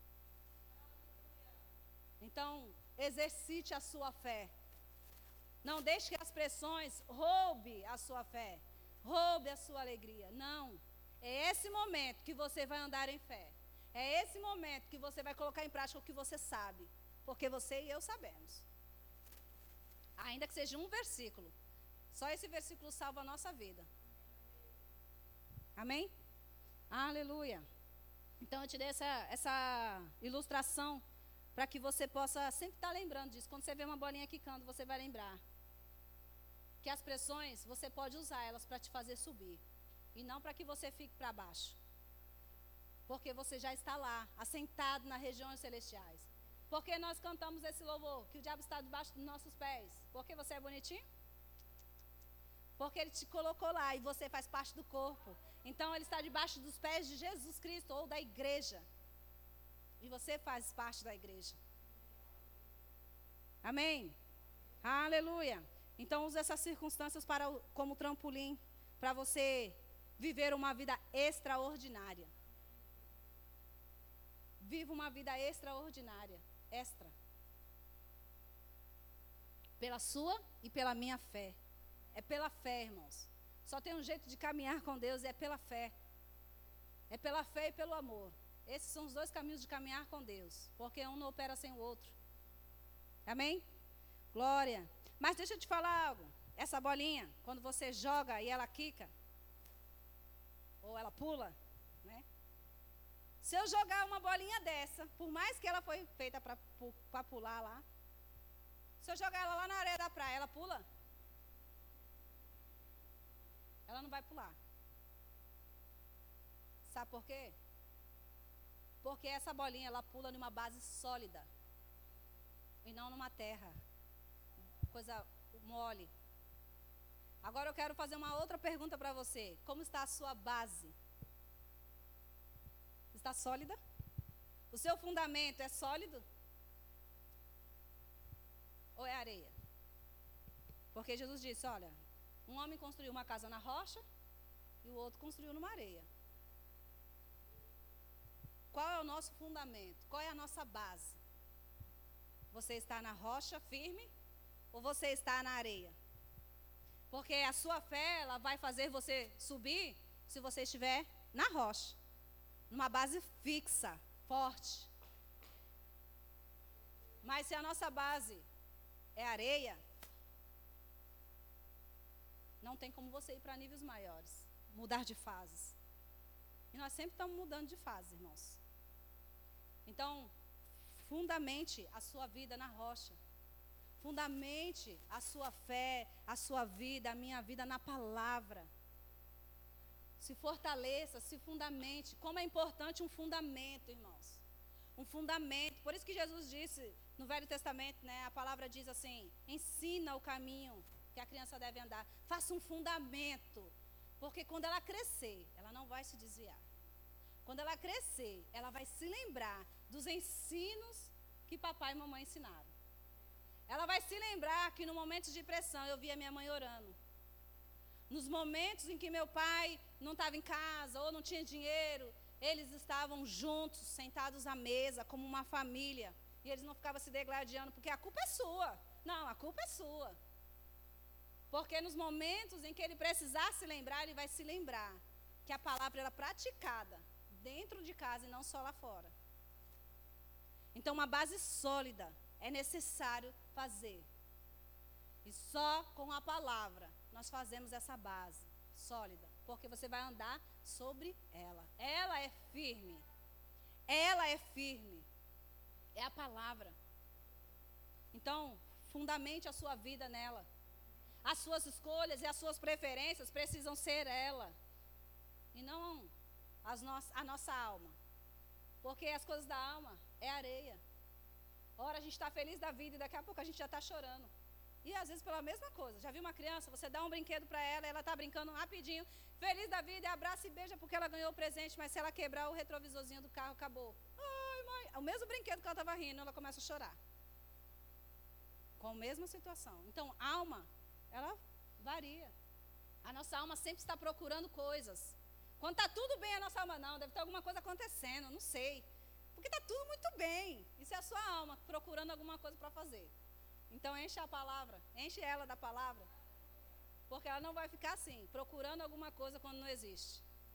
Então, exercite a sua fé. Não deixe que as pressões roube a sua fé. Roube a sua alegria. Não. É esse momento que você vai andar em fé. É esse momento que você vai colocar em prática o que você sabe. Porque você e eu sabemos. Ainda que seja um versículo. Só esse versículo salva a nossa vida. Amém? Aleluia. Então eu te dei essa ilustração para que você possa sempre estar lembrando disso. Quando você vê uma bolinha quicando, você vai lembrar que as pressões, você pode usar elas para te fazer subir. E não para que você fique para baixo. Porque você já está lá, assentado nas regiões celestiais. Porque nós cantamos esse louvor, que o diabo está debaixo dos nossos pés. Porque você é bonitinho? Porque ele te colocou lá e você faz parte do corpo. Então ele está debaixo dos pés de Jesus Cristo ou da igreja. E você faz parte da igreja. Amém? Aleluia. Então use essas circunstâncias como trampolim para você viver uma vida extraordinária. Viva uma vida extraordinária. Extra. Pela sua e pela minha fé. É pela fé, irmãos. Só tem um jeito de caminhar com Deus e é pela fé. É pela fé e pelo amor. Esses são os dois caminhos de caminhar com Deus. Porque um não opera sem o outro. Amém? Glória. Mas deixa eu te falar algo. Essa bolinha, quando você joga e ela quica, ou ela pula, né? Se eu jogar uma bolinha dessa, por mais que ela foi feita para pular lá, se eu jogar ela lá na areia da praia, ela pula? Ela não vai pular. Sabe por quê? Porque essa bolinha, ela pula numa base sólida. E não numa terra. Coisa mole. Agora eu quero fazer uma outra pergunta para você. Como está a sua base? Está sólida? O seu fundamento é sólido? Ou é areia? Porque Jesus disse, olha, um homem construiu uma casa na rocha e o outro construiu numa areia. Qual é o nosso fundamento? Qual é a nossa base? Você está na rocha firme ou você está na areia? Porque a sua fé, ela vai fazer você subir se você estiver na rocha. Numa base fixa, forte. Mas se a nossa base é areia, não tem como você ir para níveis maiores, mudar de fases. E nós sempre estamos mudando de fase, irmãos. Então, fundamente a sua vida na rocha. Fundamente a sua fé, a sua vida, a minha vida na palavra. Se fortaleça, se fundamente. Como é importante um fundamento, irmãos. Um fundamento. Por isso que Jesus disse no Velho Testamento, né, a palavra diz assim: ensina o caminho que a criança deve andar. Faça um fundamento. Porque quando ela crescer, ela não vai se desviar. Quando ela crescer, ela vai se lembrar dos ensinos que papai e mamãe ensinaram. Ela vai se lembrar que no momento de pressão eu via minha mãe orando. Nos momentos em que meu pai não estava em casa ou não tinha dinheiro, eles estavam juntos, sentados à mesa, como uma família. E eles não ficavam se degladiando, porque a culpa é sua. Não, a culpa é sua. Porque nos momentos em que ele precisar se lembrar, ele vai se lembrar que a palavra era praticada dentro de casa e não só lá fora. Então, uma base sólida é necessário fazer. E só com a palavra nós fazemos essa base sólida. Porque você vai andar sobre ela. Ela é firme. Ela é firme. É a palavra. Então, fundamente a sua vida nela. As suas escolhas e as suas preferências precisam ser ela. E não a nossa alma. Porque as coisas da alma é areia. Ora, a gente está feliz da vida e daqui a pouco a gente já está chorando. E às vezes pela mesma coisa. Já viu uma criança, você dá um brinquedo para ela, ela está brincando rapidinho, feliz da vida, e abraça e beija porque ela ganhou o presente, mas se ela quebrar o retrovisorzinho do carro, acabou. Ai, mãe. O mesmo brinquedo que ela estava rindo, ela começa a chorar. Com a mesma situação. Então, alma, ela varia. A nossa alma sempre está procurando coisas. Quando está tudo bem, a nossa alma não, deve ter alguma coisa acontecendo, não sei. Porque está tudo muito bem. Isso é a sua alma procurando alguma coisa para fazer. Então enche a palavra, enche ela da palavra. Porque ela não vai ficar assim, procurando alguma coisa quando não existe.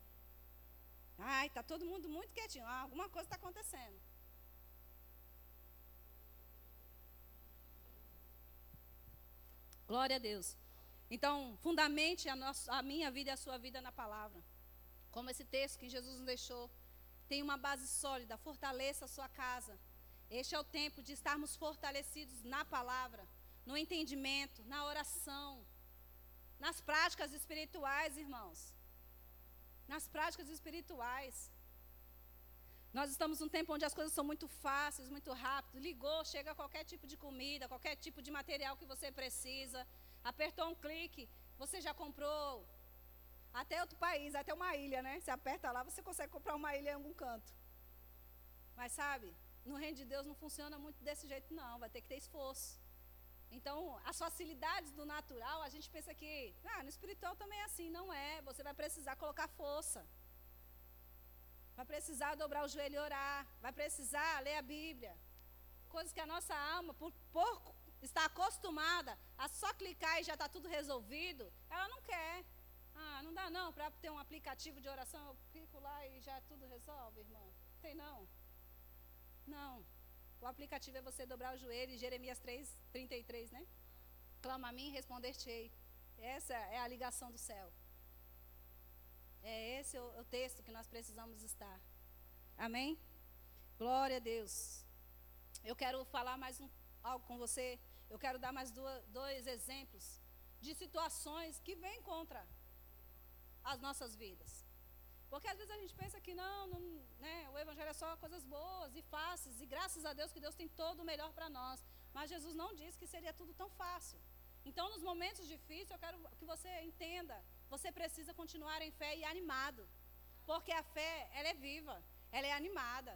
Ai, está todo mundo muito quietinho. Ah, alguma coisa está acontecendo. Glória a Deus. Então, fundamente a minha vida e a sua vida na palavra. Como esse texto que Jesus nos deixou. Tem uma base sólida, fortaleça a sua casa. Este é o tempo de estarmos fortalecidos na palavra, no entendimento, na oração, nas práticas espirituais, irmãos. Nas práticas espirituais. Nós estamos num tempo onde as coisas são muito fáceis, muito rápido. Ligou, chega qualquer tipo de comida, qualquer tipo de material que você precisa. Apertou um clique, você já comprou até outro país, até uma ilha, né? Você aperta lá, você consegue comprar uma ilha em algum canto. Mas sabe, no reino de Deus não funciona muito desse jeito não, vai ter que ter esforço. Então, as facilidades do natural, a gente pensa que, no espiritual também é assim, não é. Você vai precisar colocar força. Vai precisar dobrar o joelho e orar. Vai precisar ler a Bíblia. Coisas que a nossa alma, por estar acostumada a só clicar e já está tudo resolvido, ela não quer. Não dá não, para ter um aplicativo de oração, eu clico lá e já tudo resolve, irmã. Tem não. Não. O aplicativo é você dobrar o joelho, Jeremias 3:33, né? Clama a mim e responder-te-ei. Essa é a ligação do céu. É esse o texto que nós precisamos estar. Amém? Glória a Deus. Eu quero falar mais algo com você. Eu quero dar mais dois exemplos de situações que vêm contra as nossas vidas. Porque às vezes a gente pensa que não, né, o evangelho é só coisas boas e fáceis, e graças a Deus que Deus tem todo o melhor para nós. Mas Jesus não disse que seria tudo tão fácil. Então, nos momentos difíceis, eu quero que você entenda, você precisa continuar em fé e animado. Porque a fé, ela é viva, ela é animada.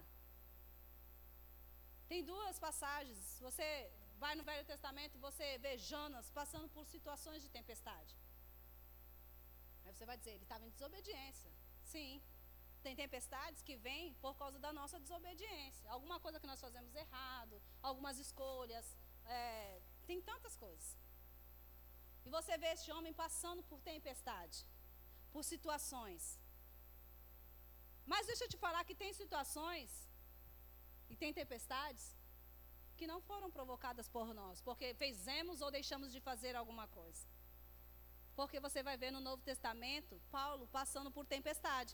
Tem duas passagens, você vai no Velho Testamento e você vê Jonas passando por situações de tempestade. Aí você vai dizer, ele estava em desobediência. Sim, tem tempestades que vêm por causa da nossa desobediência. Alguma coisa que nós fazemos errado, algumas escolhas, tem tantas coisas. E você vê esse homem passando por tempestade, por situações. Mas deixa eu te falar que tem situações e tem tempestades que não foram provocadas por nós, porque fizemos ou deixamos de fazer alguma coisa. Porque você vai ver no Novo Testamento, Paulo passando por tempestade.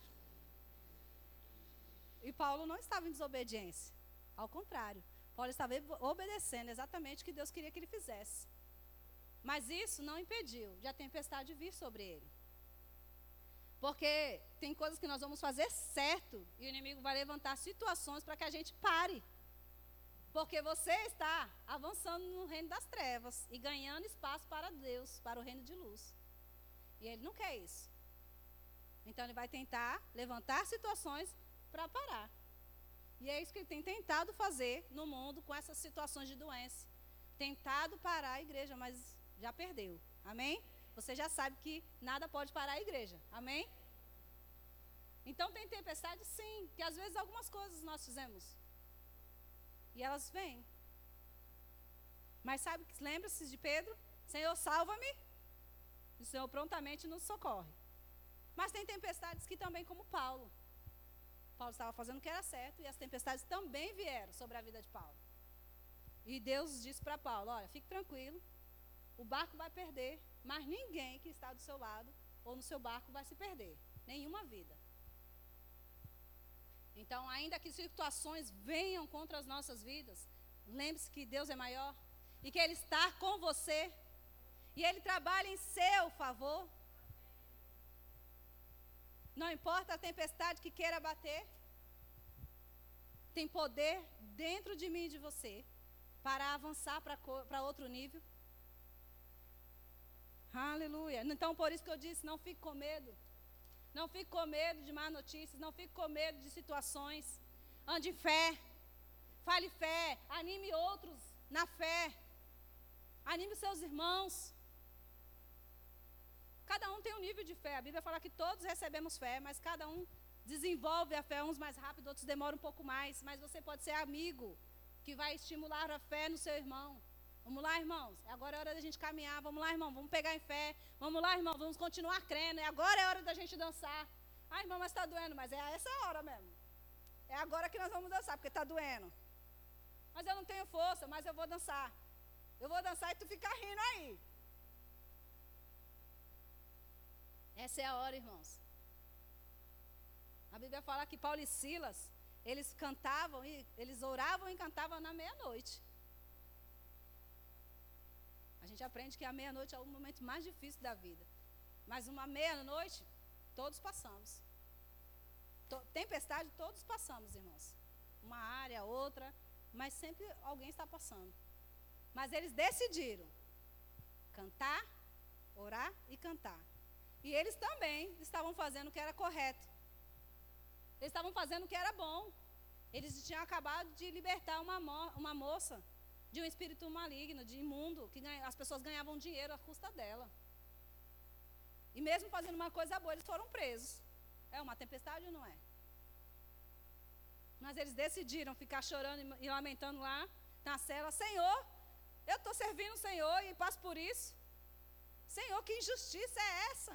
E Paulo não estava em desobediência. Ao contrário, Paulo estava obedecendo exatamente o que Deus queria que ele fizesse. Mas isso não impediu de a tempestade vir sobre ele. Porque tem coisas que nós vamos fazer certo, e o inimigo vai levantar situações para que a gente pare. Porque você está avançando no reino das trevas e ganhando espaço para Deus, para o reino de luz. E ele não quer isso. Então ele vai tentar levantar situações para parar. E é isso que ele tem tentado fazer no mundo com essas situações de doença. Tentado parar a igreja, mas já perdeu. Amém? Você já sabe que nada pode parar a igreja. Amém? Então tem tempestade, sim, que às vezes algumas coisas nós fizemos. E elas vêm. Mas sabe, lembra-se de Pedro? Senhor, salva-me. O Senhor prontamente nos socorre. Mas tem tempestades que também, como Paulo. Paulo estava fazendo o que era certo e as tempestades também vieram sobre a vida de Paulo. E Deus disse para Paulo, olha, fique tranquilo, o barco vai perder, mas ninguém que está do seu lado ou no seu barco vai se perder. Nenhuma vida. Então, ainda que situações venham contra as nossas vidas, lembre-se que Deus é maior e que Ele está com você. E Ele trabalha em seu favor. Não importa a tempestade que queira bater. Tem poder dentro de mim e de você para avançar para outro nível. Aleluia. Então, por isso que eu disse, não fique com medo. Não fique com medo de más notícias. Não fique com medo de situações. Ande em fé. Fale fé. Anime outros na fé. Anime os seus irmãos. Cada um tem um nível de fé. A Bíblia fala que todos recebemos fé, mas cada um desenvolve a fé, uns mais rápido, outros demoram um pouco mais. Mas você pode ser amigo que vai estimular a fé no seu irmão. Vamos lá, irmãos. Agora é hora da gente caminhar. Vamos lá, irmão. Vamos pegar em fé. Vamos lá, irmão. Vamos continuar crendo. E agora é hora da gente dançar. Ah, irmão, mas está doendo. Mas é essa hora mesmo. É agora que nós vamos dançar, porque está doendo. Mas eu não tenho força, mas eu vou dançar. Eu vou dançar e tu fica rindo aí. Essa é a hora, irmãos. A Bíblia fala que Paulo e Silas, eles cantavam, eles oravam e cantavam na meia-noite. A gente aprende que a meia-noite é o momento mais difícil da vida. Mas uma meia-noite, todos passamos. Tempestade todos passamos, irmãos. Uma área, outra, mas sempre alguém está passando. Mas eles decidiram cantar, orar e cantar. E eles também estavam fazendo o que era correto. Eles estavam fazendo o que era bom. Eles tinham acabado de libertar uma moça de um espírito maligno, de imundo, que as pessoas ganhavam dinheiro à custa dela. E mesmo fazendo uma coisa boa, eles foram presos. É uma tempestade ou não é? Mas eles decidiram ficar chorando e lamentando lá na cela. Senhor, eu estou servindo o Senhor e passo por isso. Senhor, que injustiça é essa?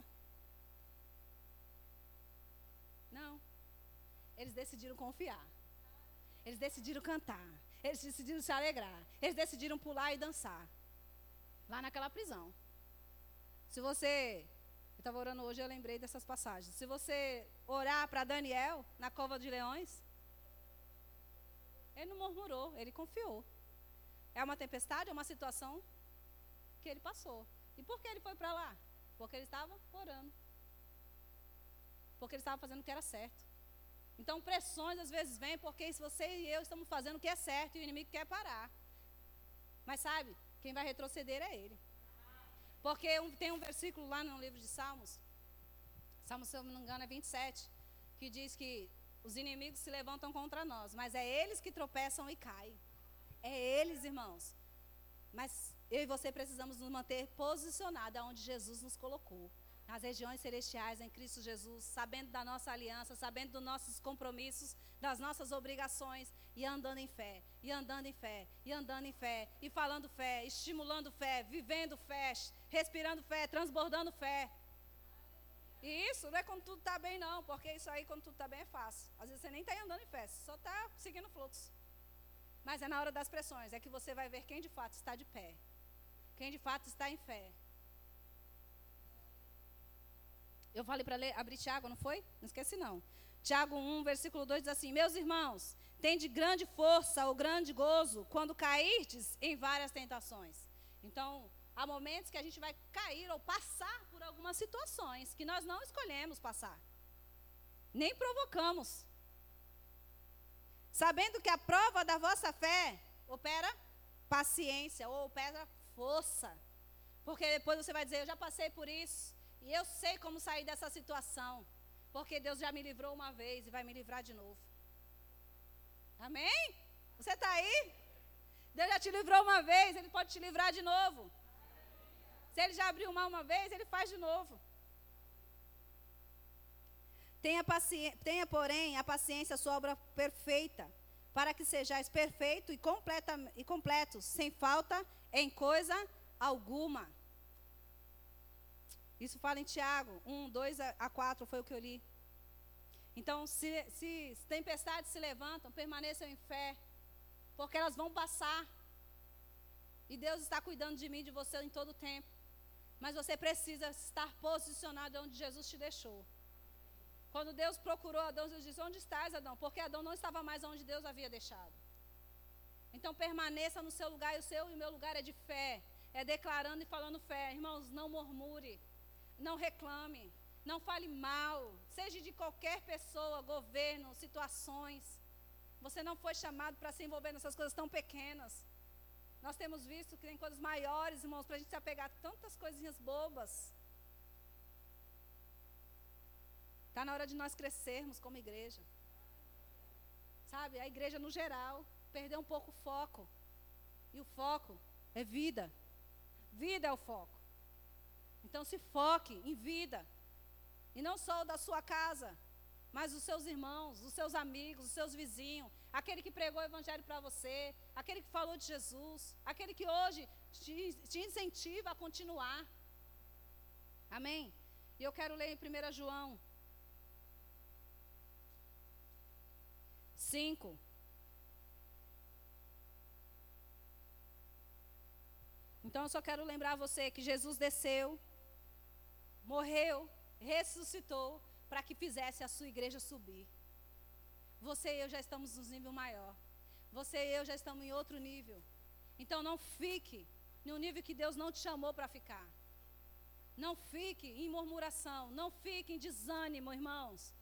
Não. Eles decidiram confiar. Eles decidiram cantar. Eles decidiram se alegrar. Eles decidiram pular e dançar. Lá naquela prisão. Se você... Eu estava orando hoje e eu lembrei dessas passagens. Se você orar para Daniel, na cova de leões, ele não murmurou, ele confiou. É uma tempestade, é uma situação que ele passou. E por que ele foi para lá? Porque ele estava orando. Porque ele estava fazendo o que era certo. Então, pressões às vezes vêm porque se você e eu estamos fazendo o que é certo e o inimigo quer parar. Mas sabe, quem vai retroceder é ele. Porque tem um versículo lá no livro de Salmos, Salmos, se eu não me engano, é 27, que diz que os inimigos se levantam contra nós, mas é eles que tropeçam e caem. É eles, irmãos. Mas eu e você precisamos nos manter posicionados aonde Jesus nos colocou. Nas regiões celestiais, em Cristo Jesus, sabendo da nossa aliança, sabendo dos nossos compromissos, das nossas obrigações, e andando em fé, e andando em fé, e andando em fé, e falando fé, estimulando fé, vivendo fé, respirando fé, transbordando fé. E isso não é quando tudo está bem, não, porque isso aí, quando tudo está bem, é fácil. Às vezes você nem está andando em fé, você só está seguindo o fluxo. Mas é na hora das pressões, é que você vai ver quem de fato está de pé, quem de fato está em fé. Eu falei para abrir Tiago, não foi? Não esqueci não. Tiago 1, versículo 2 diz assim: meus irmãos, tende grande força ou grande gozo quando cairdes em várias tentações. Então, há momentos que a gente vai cair ou passar por algumas situações que nós não escolhemos passar. Nem provocamos. Sabendo que a prova da vossa fé opera paciência ou opera força. Porque depois você vai dizer, eu já passei por isso. E eu sei como sair dessa situação. Porque Deus já me livrou uma vez e vai me livrar de novo. Amém? Você está aí? Deus já te livrou uma vez, Ele pode te livrar de novo. Se Ele já abriu uma vez, Ele faz de novo. Tenha, porém, a paciência sua obra perfeita, para que sejais perfeito e completos, sem falta em coisa alguma. Isso fala em Tiago 1, 2 a 4, foi o que eu li. Então, se tempestades se levantam, permaneçam em fé, porque elas vão passar. E Deus está cuidando de mim e de você em todo o tempo. Mas você precisa estar posicionado onde Jesus te deixou. Quando Deus procurou Adão, Deus disse, onde estás, Adão? Porque Adão não estava mais onde Deus havia deixado. Então, permaneça no seu lugar, e o seu e o meu lugar é de fé. É declarando e falando fé. Irmãos, não murmure. Não reclame, não fale mal, seja de qualquer pessoa, governo, situações. Você não foi chamado para se envolver nessas coisas tão pequenas. Nós temos visto que tem coisas maiores, irmãos, para a gente se apegar a tantas coisinhas bobas. Está na hora de nós crescermos como igreja. Sabe, a igreja no geral, perdeu um pouco o foco. E o foco é vida. Vida é o foco. Então se foque em vida. E não só o da sua casa, mas os seus irmãos, os seus amigos, os seus vizinhos, aquele que pregou o evangelho para você, aquele que falou de Jesus, aquele que hoje te incentiva a continuar. Amém? E eu quero ler em 1 João 5. Então eu só quero lembrar você que Jesus desceu, morreu, ressuscitou, para que fizesse a sua igreja subir. Você e eu já estamos num nível maior. Você e eu já estamos em outro nível. Então não fique no nível que Deus não te chamou para ficar. Não fique em murmuração, não fique em desânimo, irmãos.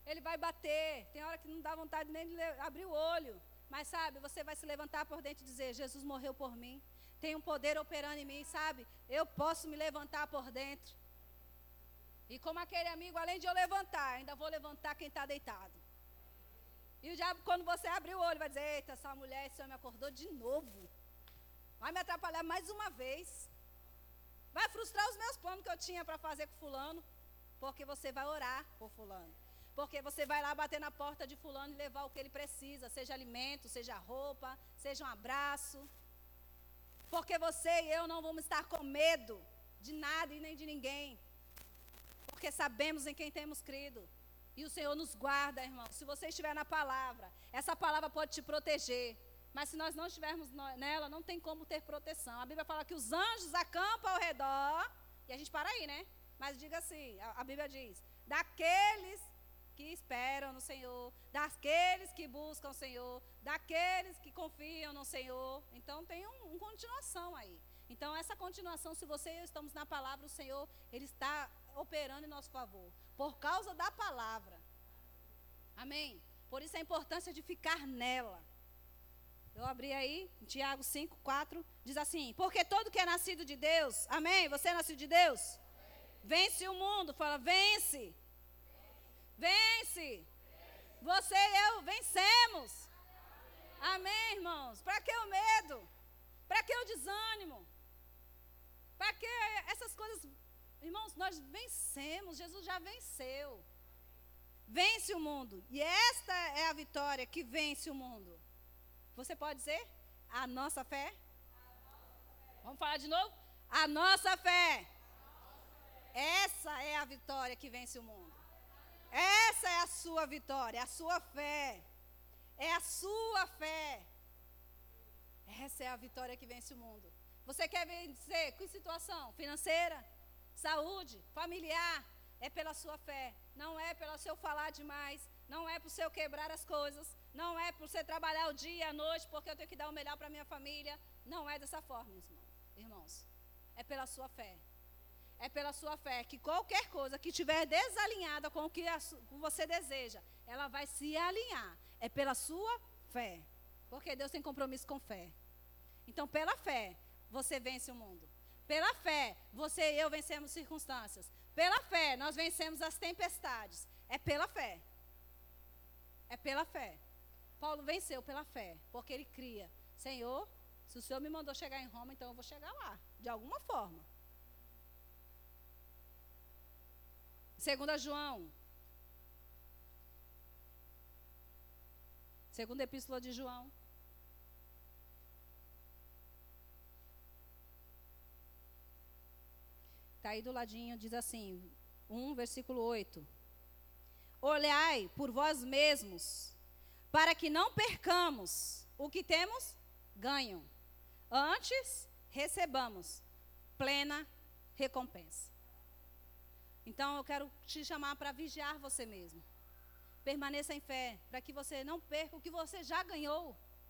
Ele vai bater. Tem hora que não dá vontade nem de abrir o olho. Mas sabe, você vai se levantar por dentro e dizer, Jesus morreu por mim. Tem um poder operando em mim, sabe? Eu posso me levantar por dentro. E como aquele amigo, além de eu levantar, ainda vou levantar quem está deitado. E o diabo, quando você abrir o olho, vai dizer, eita, essa mulher, esse homem acordou de novo. Vai me atrapalhar mais uma vez. Vai frustrar os meus planos que eu tinha para fazer com fulano. Porque você vai orar por fulano. Porque você vai lá bater na porta de fulano e levar o que ele precisa. Seja alimento, seja roupa, seja um abraço. Porque você e eu não vamos estar com medo de nada e nem de ninguém. Porque sabemos em quem temos crido. E o Senhor nos guarda, irmão. Se você estiver na palavra, essa palavra pode te proteger. Mas se nós não estivermos nela, não tem como ter proteção. A Bíblia fala que os anjos acampam ao redor. E a gente para aí, né? Mas diga assim, a Bíblia diz, daqueles que esperam no Senhor, daqueles que buscam o Senhor, daqueles que confiam no Senhor. Então tem uma continuação aí. Então essa continuação, se você e eu estamos na palavra, o Senhor, Ele está operando em nosso favor. Por causa da palavra. Amém? Por isso a importância de ficar nela. Eu abri aí, Tiago 5, 4, diz assim, porque todo que é nascido de Deus, amém? Você é nascido de Deus? Vence o mundo, fala, vence. Vence. Você e eu vencemos. Amém, irmãos? Para que o medo? Para que o desânimo? Para que essas coisas? Irmãos, nós vencemos. Jesus já venceu. Vence o mundo. E esta é a vitória que vence o mundo. Você pode dizer? A nossa fé? Vamos falar de novo? A nossa fé. Essa é a vitória que vence o mundo. Essa é a sua vitória, a sua fé. É a sua fé. Essa é a vitória que vence o mundo. Você quer vencer com situação financeira, saúde, familiar? É pela sua fé. Não é pelo seu falar demais. Não é por seu quebrar as coisas. Não é por você trabalhar o dia e a noite, porque eu tenho que dar o melhor para minha família. Não é dessa forma, irmãos. É pela sua fé. É pela sua fé que qualquer coisa que estiver desalinhada com o que você deseja, ela vai se alinhar. É pela sua fé. Porque Deus tem compromisso com fé. Então, pela fé, você vence o mundo. Pela fé, você e eu vencemos circunstâncias. Pela fé, nós vencemos as tempestades. É pela fé. É pela fé. Paulo venceu pela fé, porque ele cria. Senhor, se o Senhor me mandou chegar em Roma, então eu vou chegar lá, de alguma forma. 2 João. Segunda epístola de João. Está aí do ladinho, diz assim, 1, versículo 8. Olhai por vós mesmos, para que não percamos o que temos ganho. Antes, recebamos plena recompensa. Então, eu quero te chamar para vigiar você mesmo. Permaneça em fé, para que você não perca o que você já ganhou.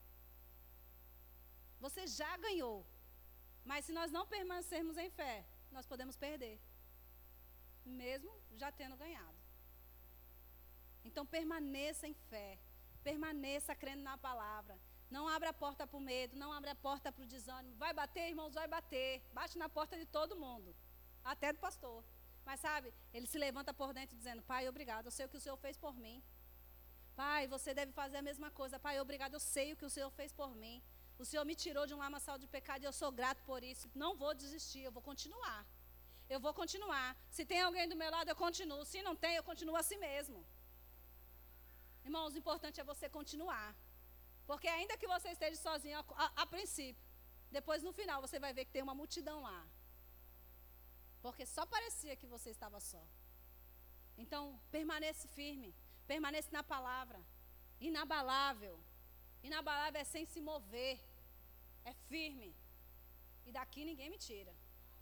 Você já ganhou. Mas se nós não permanecermos em fé, nós podemos perder. Mesmo já tendo ganhado. Então, permaneça em fé. Permaneça crendo na palavra. Não abra a porta para o medo, não abra a porta para o desânimo. Vai bater, irmãos, vai bater. Bate na porta de todo mundo. Até do pastor. Mas sabe, ele se levanta por dentro dizendo, Pai, obrigado, eu sei o que o Senhor fez por mim. Pai, você deve fazer a mesma coisa. Pai, obrigado, eu sei o que o Senhor fez por mim. O Senhor me tirou de um lamaçal de pecado e eu sou grato por isso. Não vou desistir, eu vou continuar. Eu vou continuar. Se tem alguém do meu lado, eu continuo. Se não tem, eu continuo assim mesmo. Irmãos, o importante é você continuar. Porque ainda que você esteja sozinho a princípio, depois no final você vai ver que tem uma multidão lá. Porque só parecia que você estava só. Então, permaneça firme. Permaneça na palavra. Inabalável. Inabalável é sem se mover. É firme. E daqui ninguém me tira.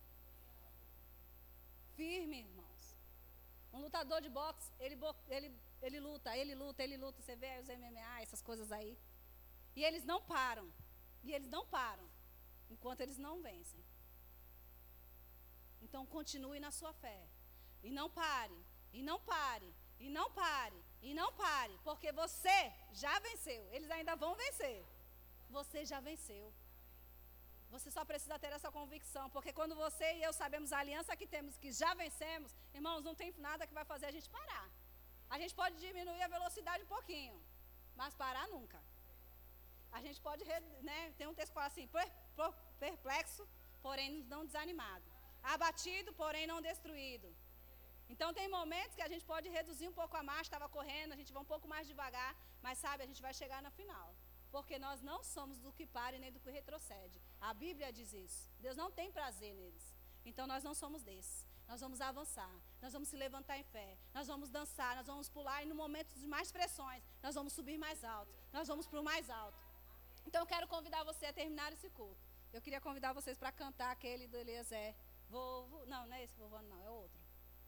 Firme, irmãos. Um lutador de boxe, ele luta. Você vê aí os MMA, essas coisas aí. E eles não param. Enquanto eles não vencem. Então, continue na sua fé. E não pare. E não pare, e não pare, porque você já venceu. Eles ainda vão vencer. Você já venceu. Você só precisa ter essa convicção, porque quando você e eu sabemos a aliança que temos, que já vencemos, irmãos, não tem nada que vai fazer a gente parar. A gente pode diminuir a velocidade um pouquinho, mas parar nunca. A gente pode, né, tem um texto que fala assim, perplexo, porém não desanimado. Abatido, porém não destruído. Então tem momentos que a gente pode reduzir um pouco a marcha, estava correndo, a gente vai um pouco mais devagar, mas sabe, a gente vai chegar na final. Porque nós não somos do que para e nem do que retrocede. A Bíblia diz isso. Deus não tem prazer neles. Então nós não somos desses. Nós vamos avançar, nós vamos se levantar em fé, nós vamos dançar, nós vamos pular e no momento de mais pressões, nós vamos subir mais alto, nós vamos para o mais alto. Então eu quero convidar você a terminar esse culto. Eu queria convidar vocês para cantar aquele do Eliezer. Não é esse vovô, não, é outro.